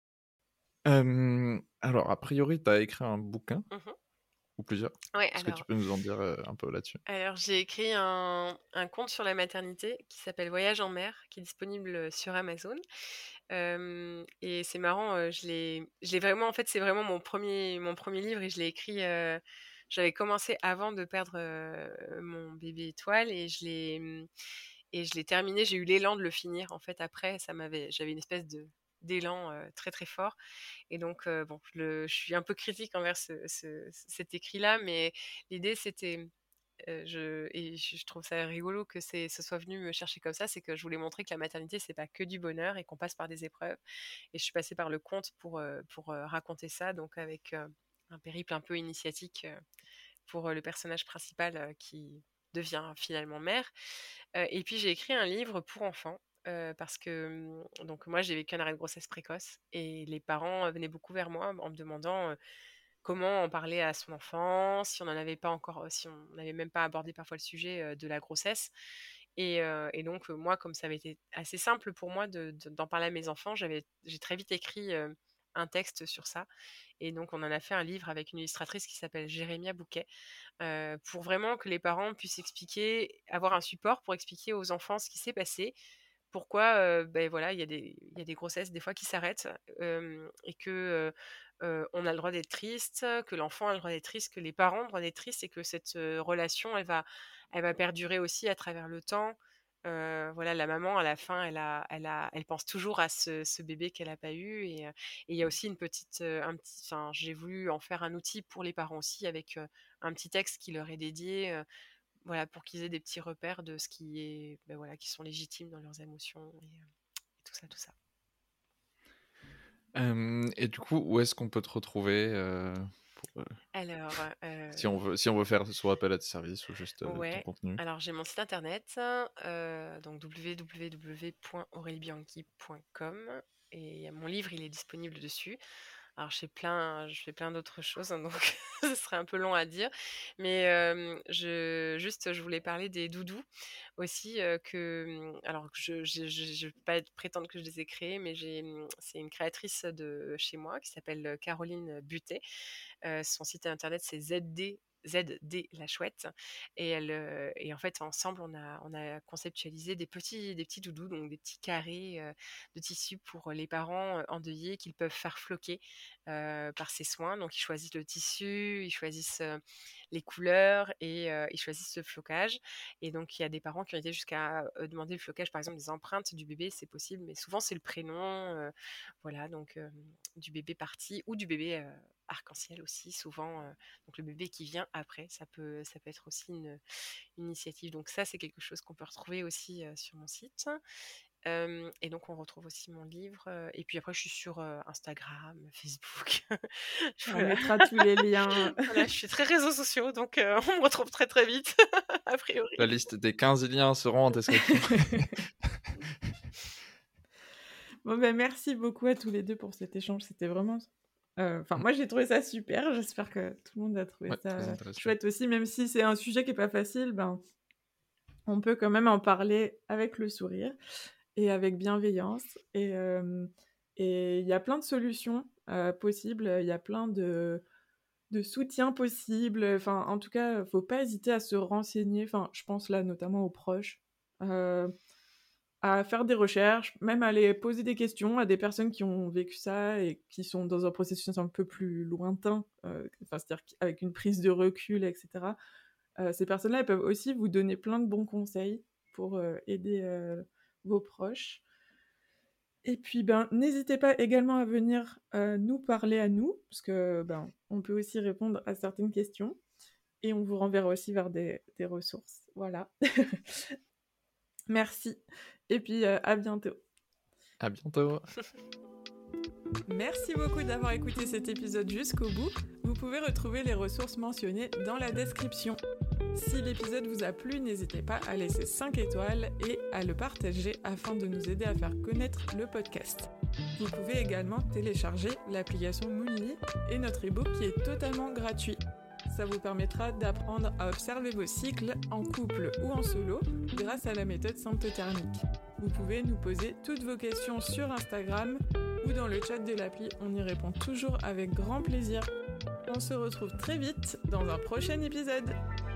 Euh, alors, a priori, tu as écrit un bouquin
Mhm.
ou plusieurs.
Ouais,
Est-ce que tu
alors,
peux nous en dire euh, un peu là-dessus?
alors j'ai écrit un, un conte sur la maternité qui s'appelle Voyage en mer, qui est disponible sur Amazon. Euh, et c'est marrant, euh, je l'ai, je l'ai vraiment, en fait, c'est vraiment mon premier, mon premier livre et je l'ai écrit. euh, j'avais commencé avant de perdre euh, mon bébé étoile et je l'ai, et je l'ai terminé. J'ai eu l'élan de le finir. En fait, après, ça m'avait, j'avais une espèce de d'élan euh, très très fort. Et donc, euh, bon, je, le- je suis un peu critique envers ce- ce- cet écrit-là, mais l'idée c'était euh, je, et je je trouve ça rigolo que c'est, ce soit venu me chercher comme ça, c'est que je voulais montrer que la maternité, c'est pas que du bonheur et qu'on passe par des épreuves. Et je suis passée par le conte pour, euh, pour euh, raconter ça, donc avec euh, un périple un peu initiatique euh, pour euh, le personnage principal euh, qui devient finalement mère. Euh, et puis j'ai écrit un livre pour enfants. euh, parce que hum, donc moi j'ai vécu un arrêt de grossesse précoce et les parents euh, venaient beaucoup vers moi en me demandant euh, comment en parler à son enfant, si on n'en avait pas encore, si on n'avait même pas abordé parfois le sujet euh, de la grossesse. Et, euh, et donc, euh, moi, comme ça avait été assez simple pour moi de- de- d'en parler à mes enfants, j'avais, j'ai très vite écrit euh, un texte sur ça. Et donc, on en a fait un livre avec une illustratrice qui s'appelle Jérémia Bouquet, euh, pour vraiment que les parents puissent expliquer, avoir un support pour expliquer aux enfants ce qui s'est passé, pourquoi euh, ben voilà, il y a des, il y a des grossesses des fois qui s'arrêtent euh, et que euh, euh, on a le droit d'être triste, que l'enfant a le droit d'être triste, que les parents ont le droit d'être tristes et que cette euh, relation, elle va, elle va perdurer aussi à travers le temps. Euh, voilà, la maman à la fin, elle a, elle a, elle pense toujours à ce, ce bébé qu'elle n'a pas eu et euh, et il y a aussi une petite, euh, un petit, enfin, j'ai voulu en faire un outil pour les parents aussi avec euh, un petit texte qui leur est dédié. euh, voilà, pour qu'ils aient des petits repères de ce qui est, ben voilà, qui sont légitimes dans leurs émotions et, euh, et tout ça, tout ça.
Euh, et du coup, où est-ce qu'on peut te retrouver euh, pour, euh,
Alors, euh,
si on veut, si on veut faire soit appel à tes services ou juste euh, ton
ouais.
contenu?
Alors j'ai mon site internet, euh, donc w w w point aurélie bianchi point com et mon livre il est disponible dessus. Alors je fais plein, je fais plein d'autres choses, hein, donc ce serait un peu long à dire. Mais euh, je, juste, je voulais parler des doudous aussi euh, que, hum, alors je, je, je, je vais pas prétendre que je les ai créés, mais j'ai, hum, c'est une créatrice de chez moi qui s'appelle Caroline Butet. Euh, son site internet c'est z d Z D la chouette. Et, elle, euh, et en fait, ensemble, on a, on a conceptualisé des petits, des petits doudous, donc des petits carrés euh, de tissu pour les parents euh, endeuillés qu'ils peuvent faire floquer euh, par ces soins. Donc, ils choisissent le tissu, ils choisissent euh, les couleurs et euh, ils choisissent ce flocage. Et donc, il y a des parents qui ont été jusqu'à euh, demander le flocage, par exemple, des empreintes du bébé, c'est possible, mais souvent, c'est le prénom, euh, voilà, donc euh, du bébé parti ou du bébé euh, arc-en-ciel aussi, souvent. Euh, donc, le bébé qui vient après, ça peut, ça peut être aussi une, une initiative. Donc, ça, c'est quelque chose qu'on peut retrouver aussi euh, sur mon site. Euh, et donc, on retrouve aussi mon livre. Euh, et puis après, je suis sur euh, Instagram, Facebook.
On
Voilà.
mettra tous les liens.
Voilà, je suis très réseaux sociaux, donc euh, on me retrouve très très vite, a priori.
La liste des quinze liens seront en description.
Bon, ben, merci beaucoup à tous les deux pour cet échange. C'était vraiment... Enfin, euh, moi, j'ai trouvé ça super. J'espère que tout le monde a trouvé
Ouais,
ça chouette aussi. Même si c'est un sujet qui n'est pas facile, ben, on peut quand même en parler avec le sourire et avec bienveillance. Et euh, et il y a plein de solutions euh, possibles. Il y a plein de, de soutiens possibles. Enfin, en tout cas, il ne faut pas hésiter à se renseigner. Enfin, je pense là notamment aux proches. Euh, à faire des recherches, même à aller poser des questions à des personnes qui ont vécu ça et qui sont dans un processus un peu plus lointain, euh, enfin, c'est-à-dire avec une prise de recul, et cetera. Euh, ces personnes-là, elles peuvent aussi vous donner plein de bons conseils pour euh, aider euh, vos proches. Et puis, ben, n'hésitez pas également à venir euh, nous parler à nous, parce que ben, on peut aussi répondre à certaines questions. Et on vous renverra aussi vers des, des ressources. Voilà. Merci. Et puis, euh, à bientôt.
À bientôt.
Merci beaucoup d'avoir écouté cet épisode jusqu'au bout. Vous pouvez retrouver les ressources mentionnées dans la description. Si l'épisode vous a plu, n'hésitez pas à laisser cinq étoiles et à le partager afin de nous aider à faire connaître le podcast. Vous pouvez également télécharger l'application Moonly et notre e-book qui est totalement gratuit. Ça vous permettra d'apprendre à observer vos cycles en couple ou en solo grâce à la méthode symptothermique. Vous pouvez nous poser toutes vos questions sur Instagram ou dans le chat de l'appli, on y répond toujours avec grand plaisir. On se retrouve très vite dans un prochain épisode.